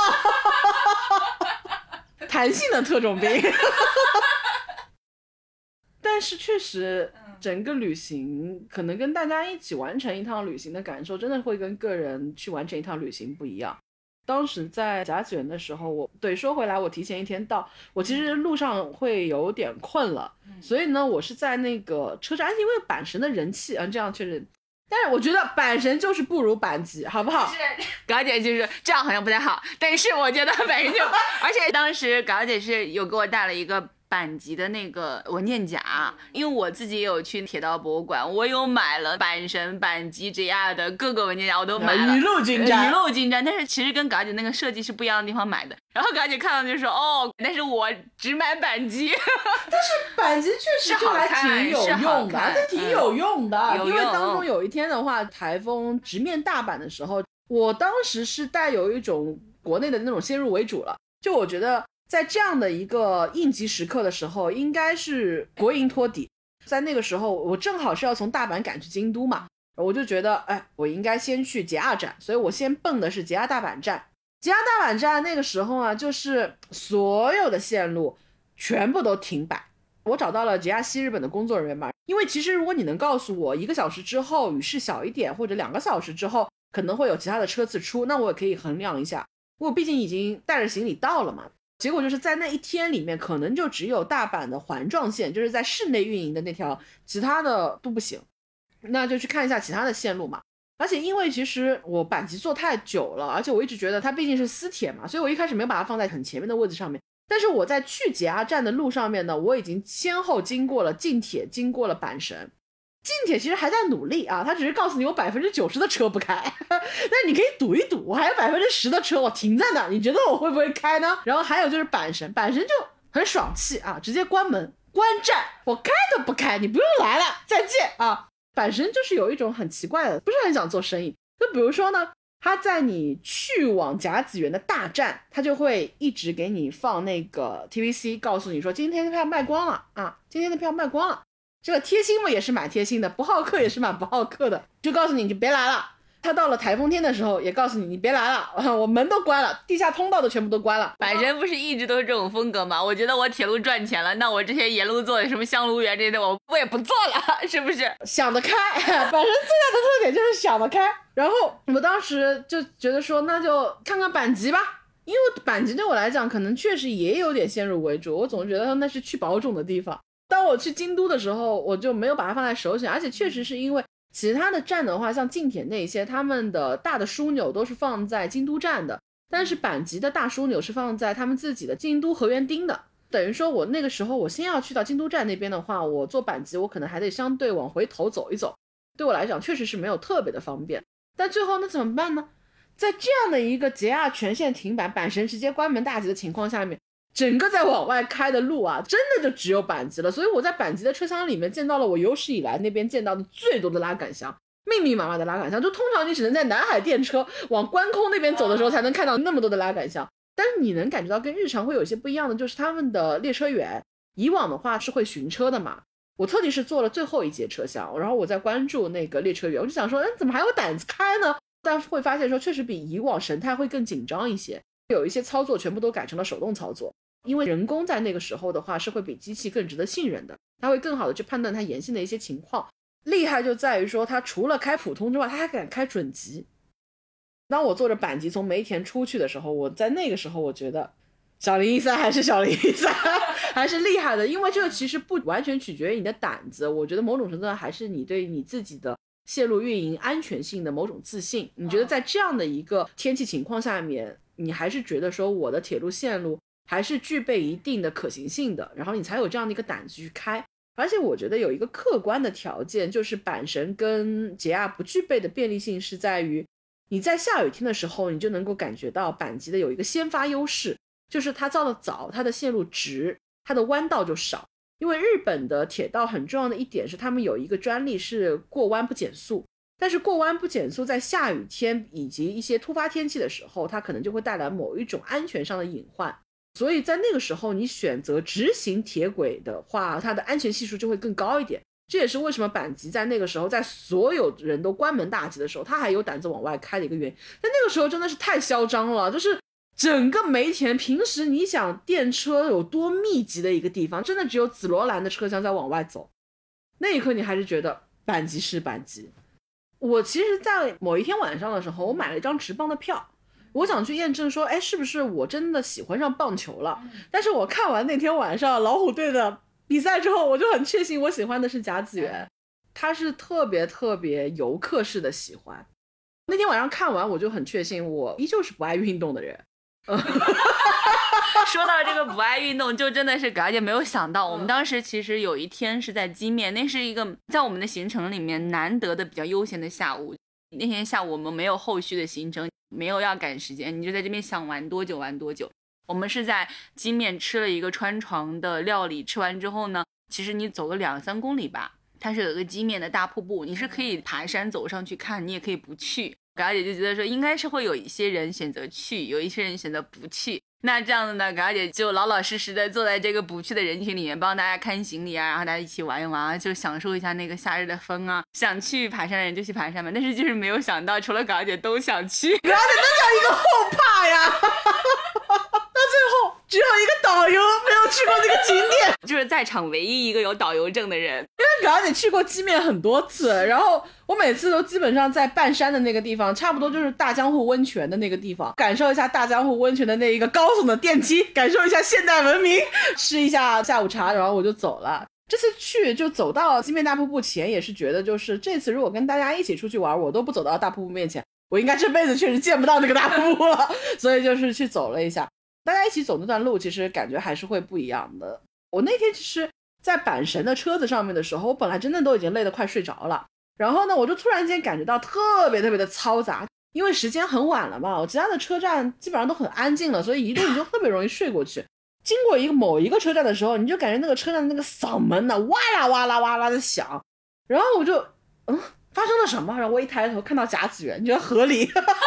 弹性的特种兵但是确实整个旅行可能跟大家一起完成一趟旅行的感受真的会跟个人去完成一趟旅行不一样。当时在甲子园的时候，说回来我提前一天到，我其实路上会有点困了，所以呢我是在那个车站，因为阪神的人气这样确实，但是我觉得阪神就是不如阪急，好不好？ 是，港姐就是这样好像不太好，但是我觉得阪神就，而且当时港姐是有给我带了一个阪急的那个文件夹，因为我自己也有去铁道博物馆，我有买了阪神、阪急 JR 的各个文件夹，我都买了， 雨露均沾， 雨露均沾。但是其实跟港姐那个设计是不一样的地方买的。然后港姐看到就说：“哦，但是我只买阪急。” 但是阪急确实就还挺有用的，这挺有用的。因为当中有一天的话，台风直面大阪的时候，我当时是带有一种国内的那种先入为主了，就我觉得在这样的一个应急时刻的时候，应该是国营托底。在那个时候，我正好是要从大阪赶去京都嘛，我就觉得，我应该先去捷亚站，所以我先蹦的是捷亚大阪站。捷亚大阪站那个时候啊，就是所有的线路全部都停摆。我找到了捷亚西日本的工作人员嘛，因为其实如果你能告诉我1个小时之后雨势小一点，或者2个小时之后可能会有其他的车次出，那我也可以衡量一下。我毕竟已经带着行李到了嘛。结果就是在那一天里面，可能就只有大阪的环状线，就是在市内运营的那条，其他的都不行。那就去看一下其他的线路嘛。而且因为其实我阪急坐太久了，而且我一直觉得它毕竟是私铁嘛，所以我一开始没有把它放在很前面的位置上面。但是我在去捷亚站的路上面呢，我已经先后经过了近铁，经过了阪神。近铁其实还在努力啊，他只是告诉你有90%的车不开，但是你可以赌一赌，我还有10%的车我停在那，你觉得我会不会开呢？然后还有就是阪神就很爽气啊，直接关门关站，我开都不开，你不用来了，再见啊！阪神就是有一种很奇怪的，不是很想做生意。就比如说呢，他在你去往甲子园的大站，他就会一直给你放那个 TVC， 告诉你说今天的票卖光了啊，今天的票卖光了。这个贴心嘛也是蛮贴心的，不好客也是蛮不好客的，就告诉你就别来了。他到了台风天的时候也告诉你你别来了，我门都关了，地下通道都全部都关了。 阪神不是一直都是这种风格吗？我觉得我铁路赚钱了，那我这些沿路做的什么香炉园这些的我也不做了，是不是？ 想得开，阪神最大的特点就是想得开。然后我当时就觉得说那就看看阪急吧，因为阪急对我来讲可能确实也有点先入为主，我总觉得那是去保种的地方。当我去京都的时候，我就没有把它放在首选，而且确实是因为其他的站的话，像近铁那些，他们的大的枢纽都是放在京都站的，但是阪急的大枢纽是放在他们自己的京都河原町的。等于说我那个时候我先要去到京都站那边的话，我坐阪急我可能还得相对往回头走一走，对我来讲确实是没有特别的方便。但最后那怎么办呢？在这样的一个捷亚全线停摆，阪神直接关门大吉的情况下面，整个在往外开的路啊，真的就只有阪急了。所以我在阪急的车厢里面见到了我有史以来那边见到的最多的拉杆箱，密密麻麻的拉杆箱。就通常你只能在南海电车往关空那边走的时候才能看到那么多的拉杆箱。但是你能感觉到跟日常会有一些不一样的，就是他们的列车员以往的话是会巡车的嘛。我特地是坐了最后一节车厢，然后我在关注那个列车员，我就想说怎么还有胆子开呢？但是会发现说确实比以往神态会更紧张一些，有一些操作全部都改成了手动操作。因为人工在那个时候的话是会比机器更值得信任的，它会更好的去判断它沿线的一些情况。厉害就在于说它除了开普通之外，它还敢开准急。当我坐着阪急从梅田出去的时候，我在那个时候我觉得小013还是小013还是厉害的。因为这个其实不完全取决于你的胆子，我觉得某种程度上还是你对你自己的线路运营安全性的某种自信。你觉得在这样的一个天气情况下面，你还是觉得说我的铁路线路还是具备一定的可行性的，然后你才有这样的一个胆子去开。而且我觉得有一个客观的条件，就是阪神跟捷亚不具备的便利性是在于你在下雨天的时候，你就能够感觉到阪急的有一个先发优势，就是它造的早，它的线路直，它的弯道就少。因为日本的铁道很重要的一点是他们有一个专利是过弯不减速，但是过弯不减速在下雨天以及一些突发天气的时候，它可能就会带来某一种安全上的隐患。所以在那个时候你选择直行铁轨的话，它的安全系数就会更高一点。这也是为什么阪急在那个时候在所有人都关门大吉的时候，它还有胆子往外开的一个原因。但那个时候真的是太嚣张了，就是整个梅田平时你想电车有多密集的一个地方，真的只有紫罗兰的车厢在往外走，那一刻你还是觉得阪急是阪急。我其实在某一天晚上的时候，我买了一张直棒的票，我想去验证说是不是我真的喜欢上棒球了。但是我看完那天晚上老虎队的比赛之后，我就很确信我喜欢的是甲子园，他是特别特别游客式的喜欢。那天晚上看完我就很确信我依旧是不爱运动的人。 说到这个不爱运动，就真的是而且没有想到，我们当时其实有一天是在基面，那是一个在我们的行程里面难得的比较悠闲的下午。那天下午我们没有后续的行程，没有要赶时间，你就在这边想玩多久玩多久。我们是在基面吃了一个川床的料理，吃完之后呢，其实你走个2-3公里吧，它是有一个基面的大瀑布，你是可以爬山走上去看，你也可以不去。而且就觉得说应该是会有一些人选择去，有一些人选择不去， 那这样子呢，嘎姐就老老实实的坐在这个补去的人群里面，帮大家看行李啊，然后大家一起玩一玩啊，就享受一下那个夏日的风啊。想去爬山的人就去爬山嘛，但是就是没有想到，除了嘎姐都想去， 嘎姐那叫一个后怕呀！到最后只有一个导游没有去过那个景点， 就是在场唯一一个有导游证的人。 因为嘎姐去过鸡面很多次，然后我每次都基本上在半山的那个地方，差不多就是大江户温泉的那个地方，感受一下大江户温泉的那一个高耸的电梯，感受一下现代文明，吃一下下午茶，然后我就走了。这次去就走到鸡面大瀑布前，也是觉得就是这次如果跟大家一起出去玩，我都不走到大瀑布面前，我应该这辈子确实见不到那个大瀑布了，所以就是去走了一下。大家一起走那段路，其实感觉还是会不一样的。我那天其实在阪神的车子上面的时候，我本来真的都已经累得快睡着了，然后呢我就突然间感觉到特别特别的嘈杂，因为时间很晚了嘛，我其他的车站基本上都很安静了，所以一路你就特别容易睡过去。经过某一个车站的时候，你就感觉那个车站的那个嗓门呢哇啦哇啦哇啦的响，然后我就发生了什么？然后我一抬头看到甲子园，你觉得合理？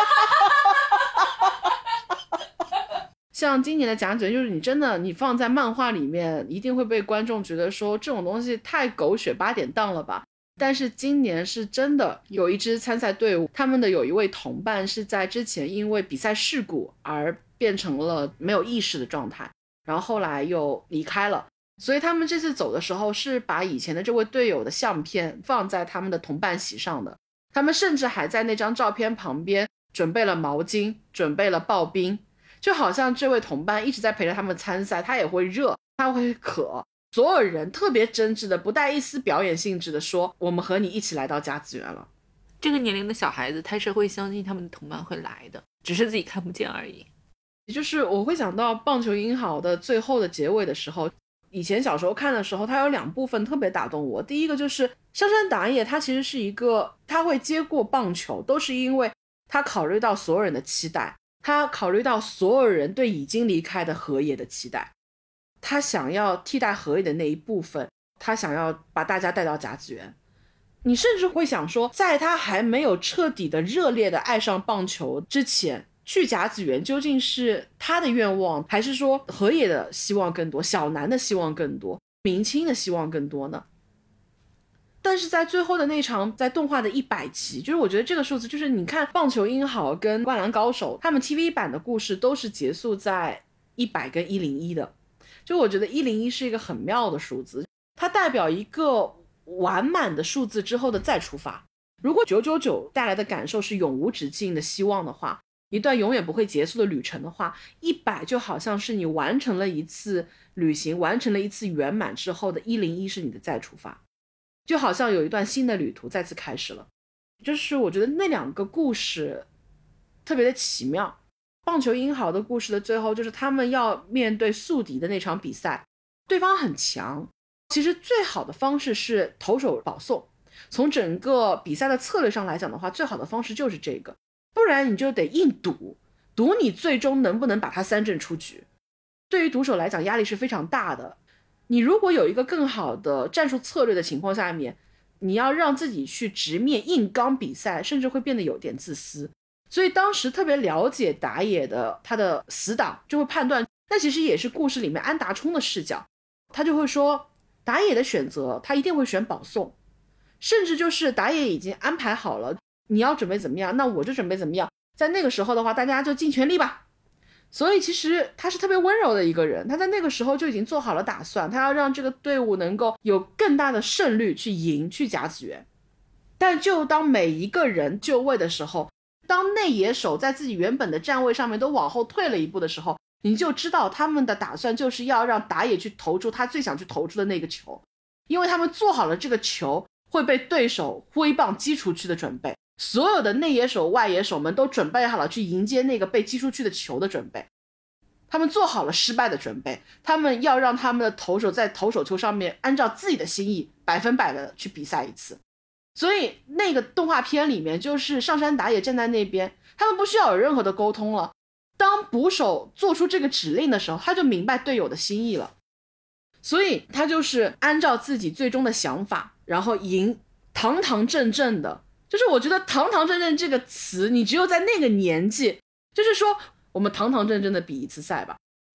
像今年的甲子园，就是你真的你放在漫画里面，一定会被观众觉得说这种东西太狗血8点档了吧。但是今年是真的有一支参赛队伍，他们的有一位同伴是在之前因为比赛事故而变成了没有意识的状态，然后后来又离开了，所以他们这次走的时候是把以前的这位队友的相片放在他们的同伴席上的，他们甚至还在那张照片旁边准备了毛巾，准备了刨冰，就好像这位同伴一直在陪着他们参赛，他也会热，他会渴，所有人特别真挚的不带一丝表演性质的说，我们和你一起来到甲子园了。 这个年龄的小孩子他是会相信他们的同伴会来的，只是自己看不见而已。 就是我会想到棒球英豪的最后的结尾的时候，以前小时候看的时候，它有2部分特别打动我。第一个就是上山打野，他其实是一个他会接过棒球，都是因为他考虑到所有人的期待，他考虑到所有人对已经离开的河野的期待，他想要替代河野的那一部分，他想要把大家带到甲子园。你甚至会想说，在他还没有彻底的热烈的爱上棒球之前，去甲子园究竟是他的愿望，还是说河野的希望更多，小南的希望更多，明清的希望更多呢？但是在最后的那场，在动画的100集，就是我觉得这个数字，就是你看棒球英豪跟灌篮高手他们 TV 版的故事都是结束在100跟101的，就我觉得101是一个很妙的数字，它代表一个完满的数字之后的再出发。如果999带来的感受是永无止境的希望的话，一段永远不会结束的旅程的话，100就好像是你完成了一次旅行，完成了一次圆满之后的101是你的再出发，就好像有一段新的旅途再次开始了。就是我觉得那2个故事特别的奇妙。棒球英豪的故事的最后，就是他们要面对宿敌的那场比赛，对方很强，其实最好的方式是投手保送，从整个比赛的策略上来讲的话，最好的方式就是这个，不然你就得硬赌你最终能不能把他3振出局。对于赌手来讲压力是非常大的，你如果有一个更好的战术策略的情况下面，你要让自己去直面硬刚比赛，甚至会变得有点自私。所以当时特别了解打野的他的死党就会判断，那其实也是故事里面安达充的视角，他就会说打野的选择他一定会选保送，甚至就是打野已经安排好了你要准备怎么样，那我就准备怎么样，在那个时候的话大家就尽全力吧。所以其实他是特别温柔的一个人，他在那个时候就已经做好了打算，他要让这个队伍能够有更大的胜率去赢去甲子园。但就当每一个人就位的时候，当内野手在自己原本的站位上面都往后退了一步的时候，你就知道他们的打算就是要让打野去投出他最想去投出的那个球，因为他们做好了这个球会被对手挥棒击出去的准备，所有的内野手外野手们都准备好了去迎接那个被击出去的球的准备，他们做好了失败的准备，他们要让他们的投手在投手球上面按照自己的心意100%的去比赛一次。所以那个动画片里面就是上山打野站在那边，他们不需要有任何的沟通了，当捕手做出这个指令的时候，他就明白队友的心意了，所以他就是按照自己最终的想法然后赢，堂堂正正的。就是我觉得堂堂正正这个词，你只有在那个年纪，就是说我们堂堂正正的比一次赛吧，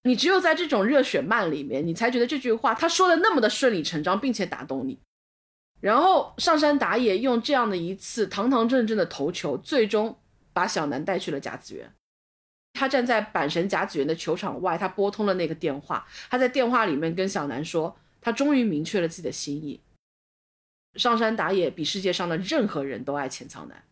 你只有在这种热血漫里面，你才觉得这句话他说的那么的顺理成章，并且打动你。然后上山打野用这样的一次堂堂正正的投球，最终把小南带去了甲子园。他站在阪神甲子园的球场外，他拨通了那个电话，他在电话里面跟小南说，他终于明确了自己的心意。上山打野比世界上的任何人都爱浅草南。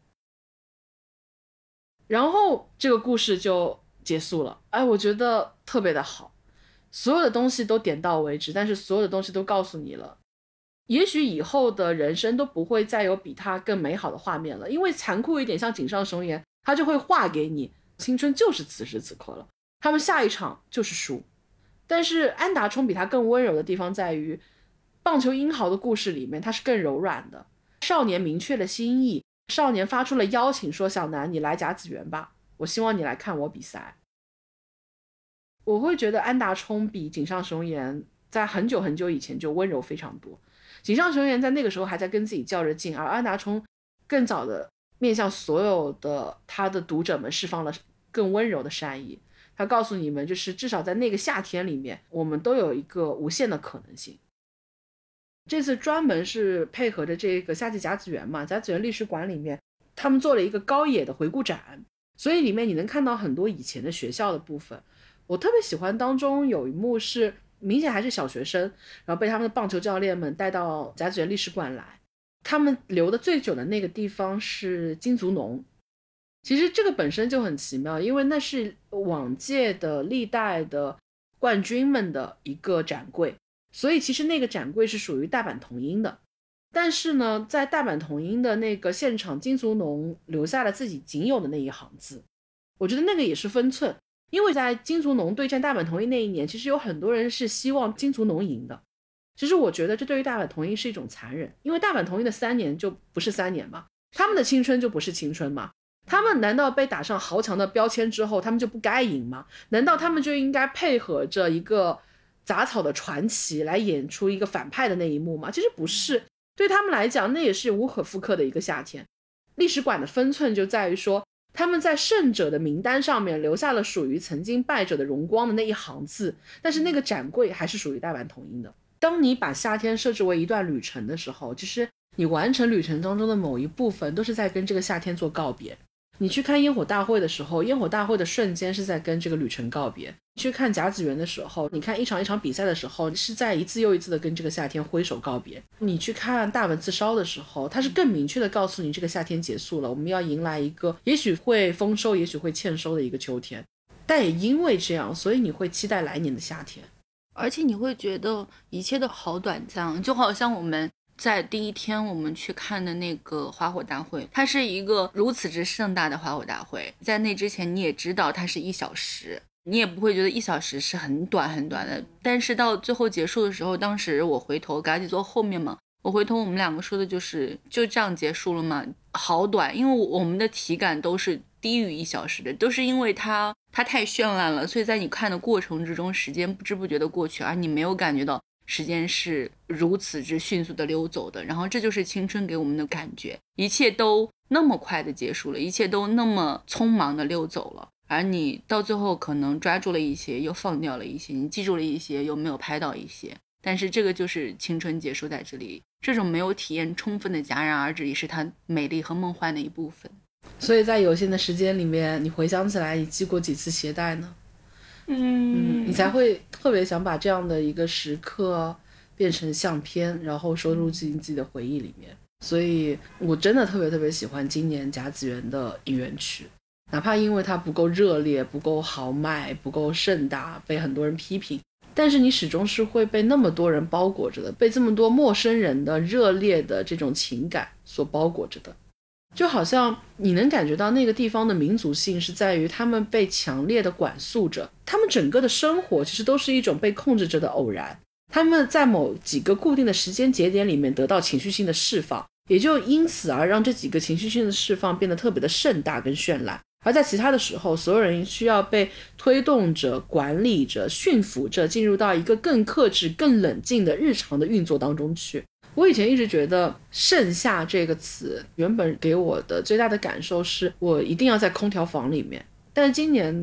然后这个故事就结束了。我觉得特别的好，所有的东西都点到为止，但是所有的东西都告诉你了，也许以后的人生都不会再有比他更美好的画面了。因为残酷一点，像井上雄彦，他就会画给你青春就是此时此刻了，他们下一场就是输。但是安达充比他更温柔的地方在于，棒球英豪的故事里面他是更柔软的。少年明确了心意，少年发出了邀请，说小南你来甲子园吧，我希望你来看我比赛。我会觉得安达充比井上雄彦在很久很久以前就温柔非常多。井上雄彦在那个时候还在跟自己较着劲，而安达充更早的面向所有的他的读者们释放了更温柔的善意。他告诉你们，就是至少在那个夏天里面，我们都有一个无限的可能性。这次专门是配合着这个夏季甲子园嘛，甲子园历史馆里面他们做了一个高野的回顾展，所以里面你能看到很多以前的学校的部分。我特别喜欢当中有一幕是明显还是小学生，然后被他们的棒球教练们带到甲子园历史馆来，他们留的最久的那个地方是金足农。其实这个本身就很奇妙，因为那是往届的历代的冠军们的一个展柜，所以其实那个展柜是属于大阪桐鹰的。但是呢，在大阪桐鹰的那个现场，金足农留下了自己仅有的那一行字。我觉得那个也是分寸，因为在金足农对战大阪桐鹰那一年，其实有很多人是希望金足农赢的。其实我觉得这对于大阪桐鹰是一种残忍，因为大阪桐鹰的3年就不是3年嘛，他们的青春就不是青春嘛。他们难道被打上豪强的标签之后，他们就不该赢吗？难道他们就应该配合着一个杂草的传奇来演出一个反派的那一幕吗？其实不是，对他们来讲，那也是无可复刻的一个夏天。历史馆的分寸就在于说，他们在胜者的名单上面留下了属于曾经败者的荣光的那一行字，但是那个展柜还是属于大阪桐鹰的。当你把夏天设置为一段旅程的时候，其实你完成旅程当中的某一部分都是在跟这个夏天做告别。你去看烟火大会的时候，烟火大会的瞬间是在跟这个旅程告别。去看甲子园的时候，你看一场一场比赛的时候，是在一次又一次的跟这个夏天挥手告别。你去看大本自烧的时候，它是更明确的告诉你这个夏天结束了，我们要迎来一个也许会丰收也许会欠收的一个秋天。但也因为这样，所以你会期待来年的夏天， 而且你会觉得一切都好短暂，就好像我们在第一天我们去看的那个花火大会，它是一个如此之盛大的花火大会，在那之前你也知道它是1小时，你也不会觉得1小时是很短很短的。但是到最后结束的时候，当时我回头嘎吉坐后面嘛，我回头我们2个说的就是就这样结束了吗？好短，因为我们的体感都是低于1小时的，都是因为它太绚烂了，所以在你看的过程之中，时间不知不觉的过去，而你没有感觉到时间是如此之迅速的溜走的。然后这就是青春给我们的感觉，一切都那么快的结束了，一切都那么匆忙的溜走了，而你到最后可能抓住了一些又放掉了一些，你记住了一些又没有拍到一些。但是这个就是青春结束在这里，这种没有体验充分的戛然而止也是它美丽和梦幻的一部分。 所以在有限的时间里面，你回想起来你系过几次鞋带呢？你才会特别想把这样的一个时刻变成相片，然后收入进自己的回忆里面。所以我真的特别特别喜欢今年甲子园的应援曲，哪怕因为它不够热烈，不够豪迈，不够盛大，被很多人批评，但是你始终是会被那么多人包裹着的，被这么多陌生人的热烈的这种情感所包裹着的。就好像你能感觉到那个地方的民族性是在于他们被强烈的管束着，他们整个的生活其实都是一种被控制着的偶然，他们在某几个固定的时间节点里面得到情绪性的释放，也就因此而让这几个情绪性的释放变得特别的盛大跟绚烂。而在其他的时候，所有人需要被推动着、管理着、驯服着，进入到一个更克制、更冷静的日常的运作当中去。我以前一直觉得盛夏这个词原本给我的最大的感受是我一定要在空调房里面，但是今年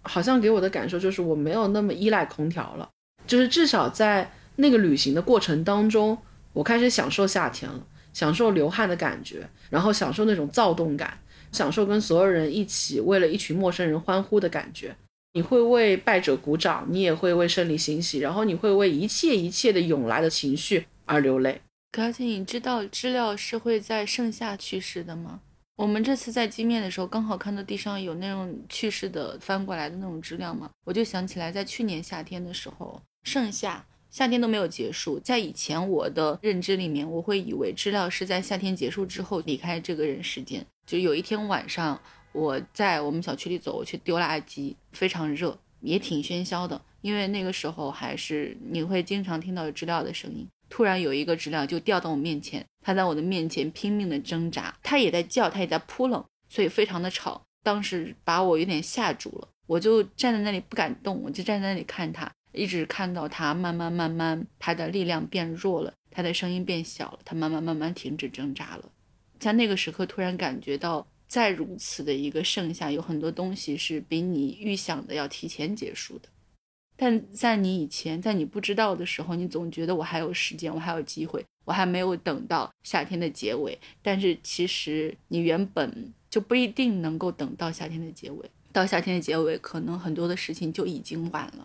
好像给我的感受就是我没有那么依赖空调了，就是至少在那个旅行的过程当中，我开始享受夏天了，享受流汗的感觉，然后享受那种躁动感，享受跟所有人一起为了一群陌生人欢呼的感觉。你会为败者鼓掌，你也会为胜利欣喜，然后你会为一切一切的涌来的情绪而流泪。 而且你知道知了是会在盛夏去世的吗？我们这次在机面的时候刚好看到地上有那种去世的翻过来的那种知了嘛，我就想起来在去年夏天的时候，盛夏夏天都没有结束，在以前我的认知里面，我会以为知了是在夏天结束之后离开这个人世间。就有一天晚上我在我们小区里走，我去丢垃圾，非常热也挺喧嚣的，因为那个时候还是你会经常听到有知了的声音。突然有一个知了就掉到我面前，它在我的面前拼命的挣扎，它也在叫，它也在扑棱，所以非常的吵，当时把我有点吓住了，我就站在那里不敢动，我就站在那里看它，一直看到它慢慢它的力量变弱了，它的声音变小了，它慢慢停止挣扎了。在那个时刻突然感觉到，在如此的一个盛夏，有很多东西是比你预想的要提前结束的。但在你以前，在你不知道的时候，你总觉得我还有时间，我还有机会，我还没有等到夏天的结尾。但是其实你原本就不一定能够等到夏天的结尾，到夏天的结尾可能很多的事情就已经晚了。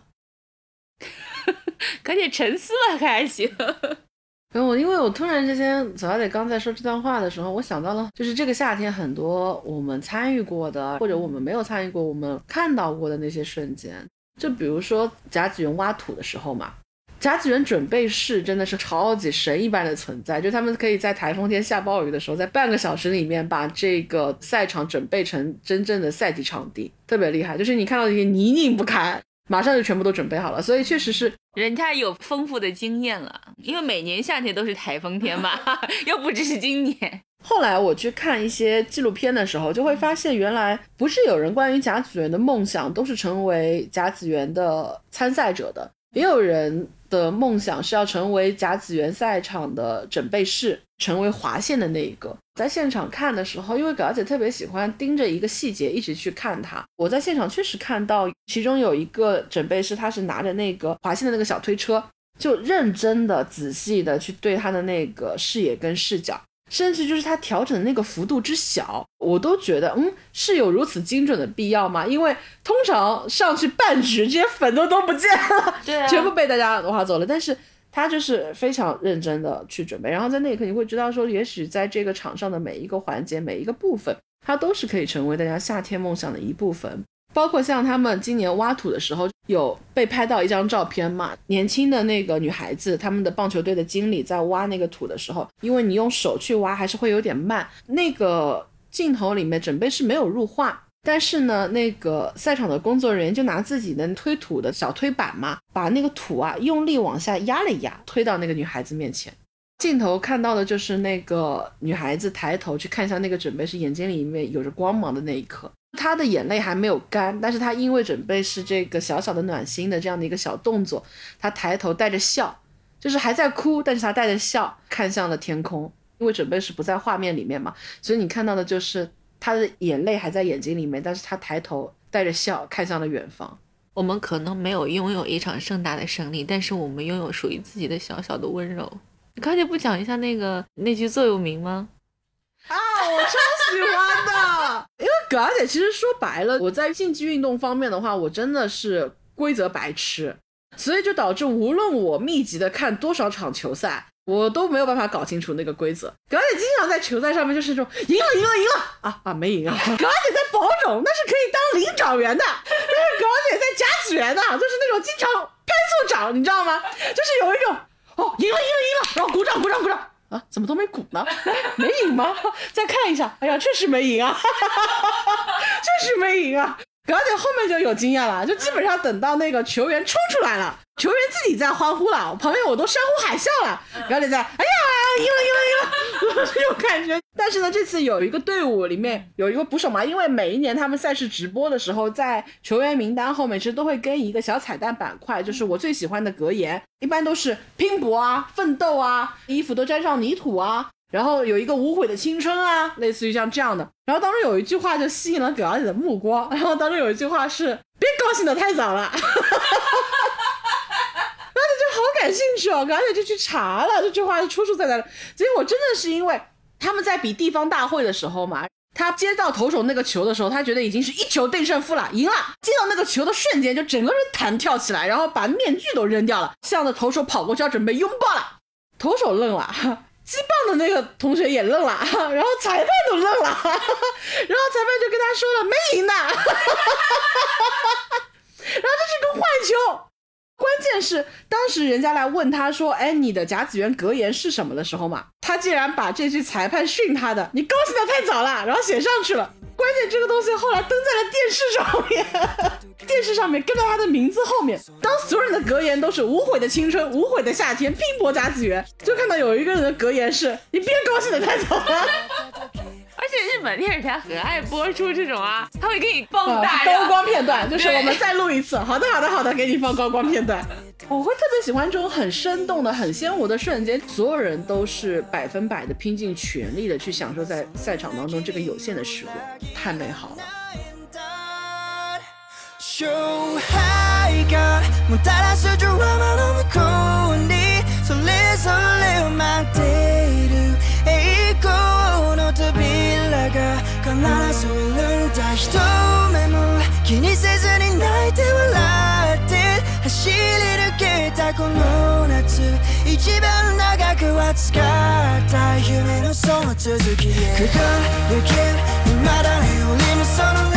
赶紧沉思了还行。 因为我突然之间小小姐刚在说这段话的时候，我想到了就是这个夏天很多我们参与过的，或者我们没有参与过，我们看到过的那些瞬间。就比如说甲子园挖土的时候嘛，甲子园准备室真的是超级神一般的存在，就他们可以在台风天下暴雨的时候，在半个小时里面把这个赛场准备成真正的赛季场地，特别厉害。就是你看到这些泥泞不堪，马上就全部都准备好了，所以确实是人家有丰富的经验了，因为每年夏天都是台风天嘛，又不只是今年。 后来我去看一些纪录片的时候，就会发现原来不是有人关于甲子园的梦想都是成为甲子园的参赛者的，也有人的梦想是要成为甲子园赛场的准备室，成为划线的那一个。在现场看的时候，因为葛小姐特别喜欢盯着一个细节一直去看它，我在现场确实看到其中有一个准备室，他是拿着那个划线的那个小推车，就认真的仔细的去对他的那个视野跟视角，甚至就是他调整的那个幅度之小，我都觉得是有如此精准的必要吗？因为通常上去半局这些粉都不见了， 对啊， 全部被大家挖走了，但是他就是非常认真的去准备，然后在那一刻你会知道说，也许在这个场上的每一个环节每一个部分，它都是可以成为大家夏天梦想的一部分。包括像他们今年挖土的时候有被拍到一张照片嘛，年轻的那个女孩子，他们的棒球队的经理在挖那个土的时候，因为你用手去挖还是会有点慢，那个镜头里面准备是没有入画，但是呢那个赛场的工作人员就拿自己的推土的小推板嘛，把那个土用力往下压了一压，推到那个女孩子面前。镜头看到的就是那个女孩子抬头去看一下那个准备室，眼睛里面有着光芒的那一刻，她的眼泪还没有干，但是她因为准备是这个小小的暖心的这样的一个小动作，她抬头带着笑，就是还在哭，但是她带着笑看向了天空。因为准备是不在画面里面嘛，所以你看到的就是她的眼泪还在眼睛里面，但是她抬头带着笑看向了远方。 我们可能没有拥有一场盛大的胜利，但是我们拥有属于自己的小小的温柔。你刚才不讲一下那句座右铭吗？ 我超喜欢的。因为葛小姐其实说白了，我在竞技运动方面的话，我真的是规则白痴，所以就导致无论我密集的看多少场球赛，我都没有办法搞清楚那个规则。葛小姐经常在球赛上面就是这种赢了没赢啊。葛小姐在保种那是可以当领长员的，但是葛小姐在甲子园的就是那种经常拍错掌，你知道吗？就是有一种赢了，然后鼓掌啊，怎么都没鼓呢？没赢吗？再看一下，哎呀，确实没赢啊，确实没赢啊。葛小姐后面就有经验了，就基本上等到那个球员冲出来了，球员自己在欢呼了，旁边我都山呼海啸了，葛小姐在，哎呀，赢了，这种感觉。但是呢，这次有一个队伍里面有一个捕手嘛，因为每一年他们赛事直播的时候，在球员名单后面其实都会跟一个小彩蛋板块，就是我最喜欢的格言，一般都是拼搏啊、奋斗啊、衣服都沾上泥土啊，然后有一个无悔的青春啊，类似于像这样的。然后当中有一句话就吸引了葛小姐的目光，然后当中有一句话是别别高兴的太早了。然后你就好感兴趣哦，而且就去查了这句话出处在哪里。结果真的是因为他们在比地方大会的时候嘛，他接到投手那个球的时候，他觉得已经是一球定胜负了，赢了。接到那个球的瞬间，就整个人弹跳起来，然后把面具都扔掉了，向着投手跑过去要准备拥抱了。投手愣了，击棒的那个同学也愣了，然后裁判都愣了，然后裁判就跟他说了没赢的，然后这是个坏球。关键是当时人家来问他说，哎，你的甲子园格言是什么的时候嘛，他竟然把这句裁判训他的你高兴的太早了然后写上去了。关键这个东西后来登在了电视上面，电视上面跟在他的名字后面，当所有人的格言都是无悔的青春，无悔的夏天，拼搏甲子园，就看到有一个人的格言是你别高兴的太早了。 而且日本电视台很爱播出这种啊，他会给你放大高光片段，就是我们再录一次，好的好的好的，给你放高光片段。我会特别喜欢这种很生动的很鲜活的瞬間，所有人都是100%的拼尽全力的去享受在赛場當中這個有限的時光，太美好了。勝敗がもたらすドラマの向こうにそれぞれを待っている栄光の扉が必ずいるんだ一目も気にせずに泣いて笑って走り抜けたこの夏一番長く熱かった夢のその続きへ輝ける未だに降りるその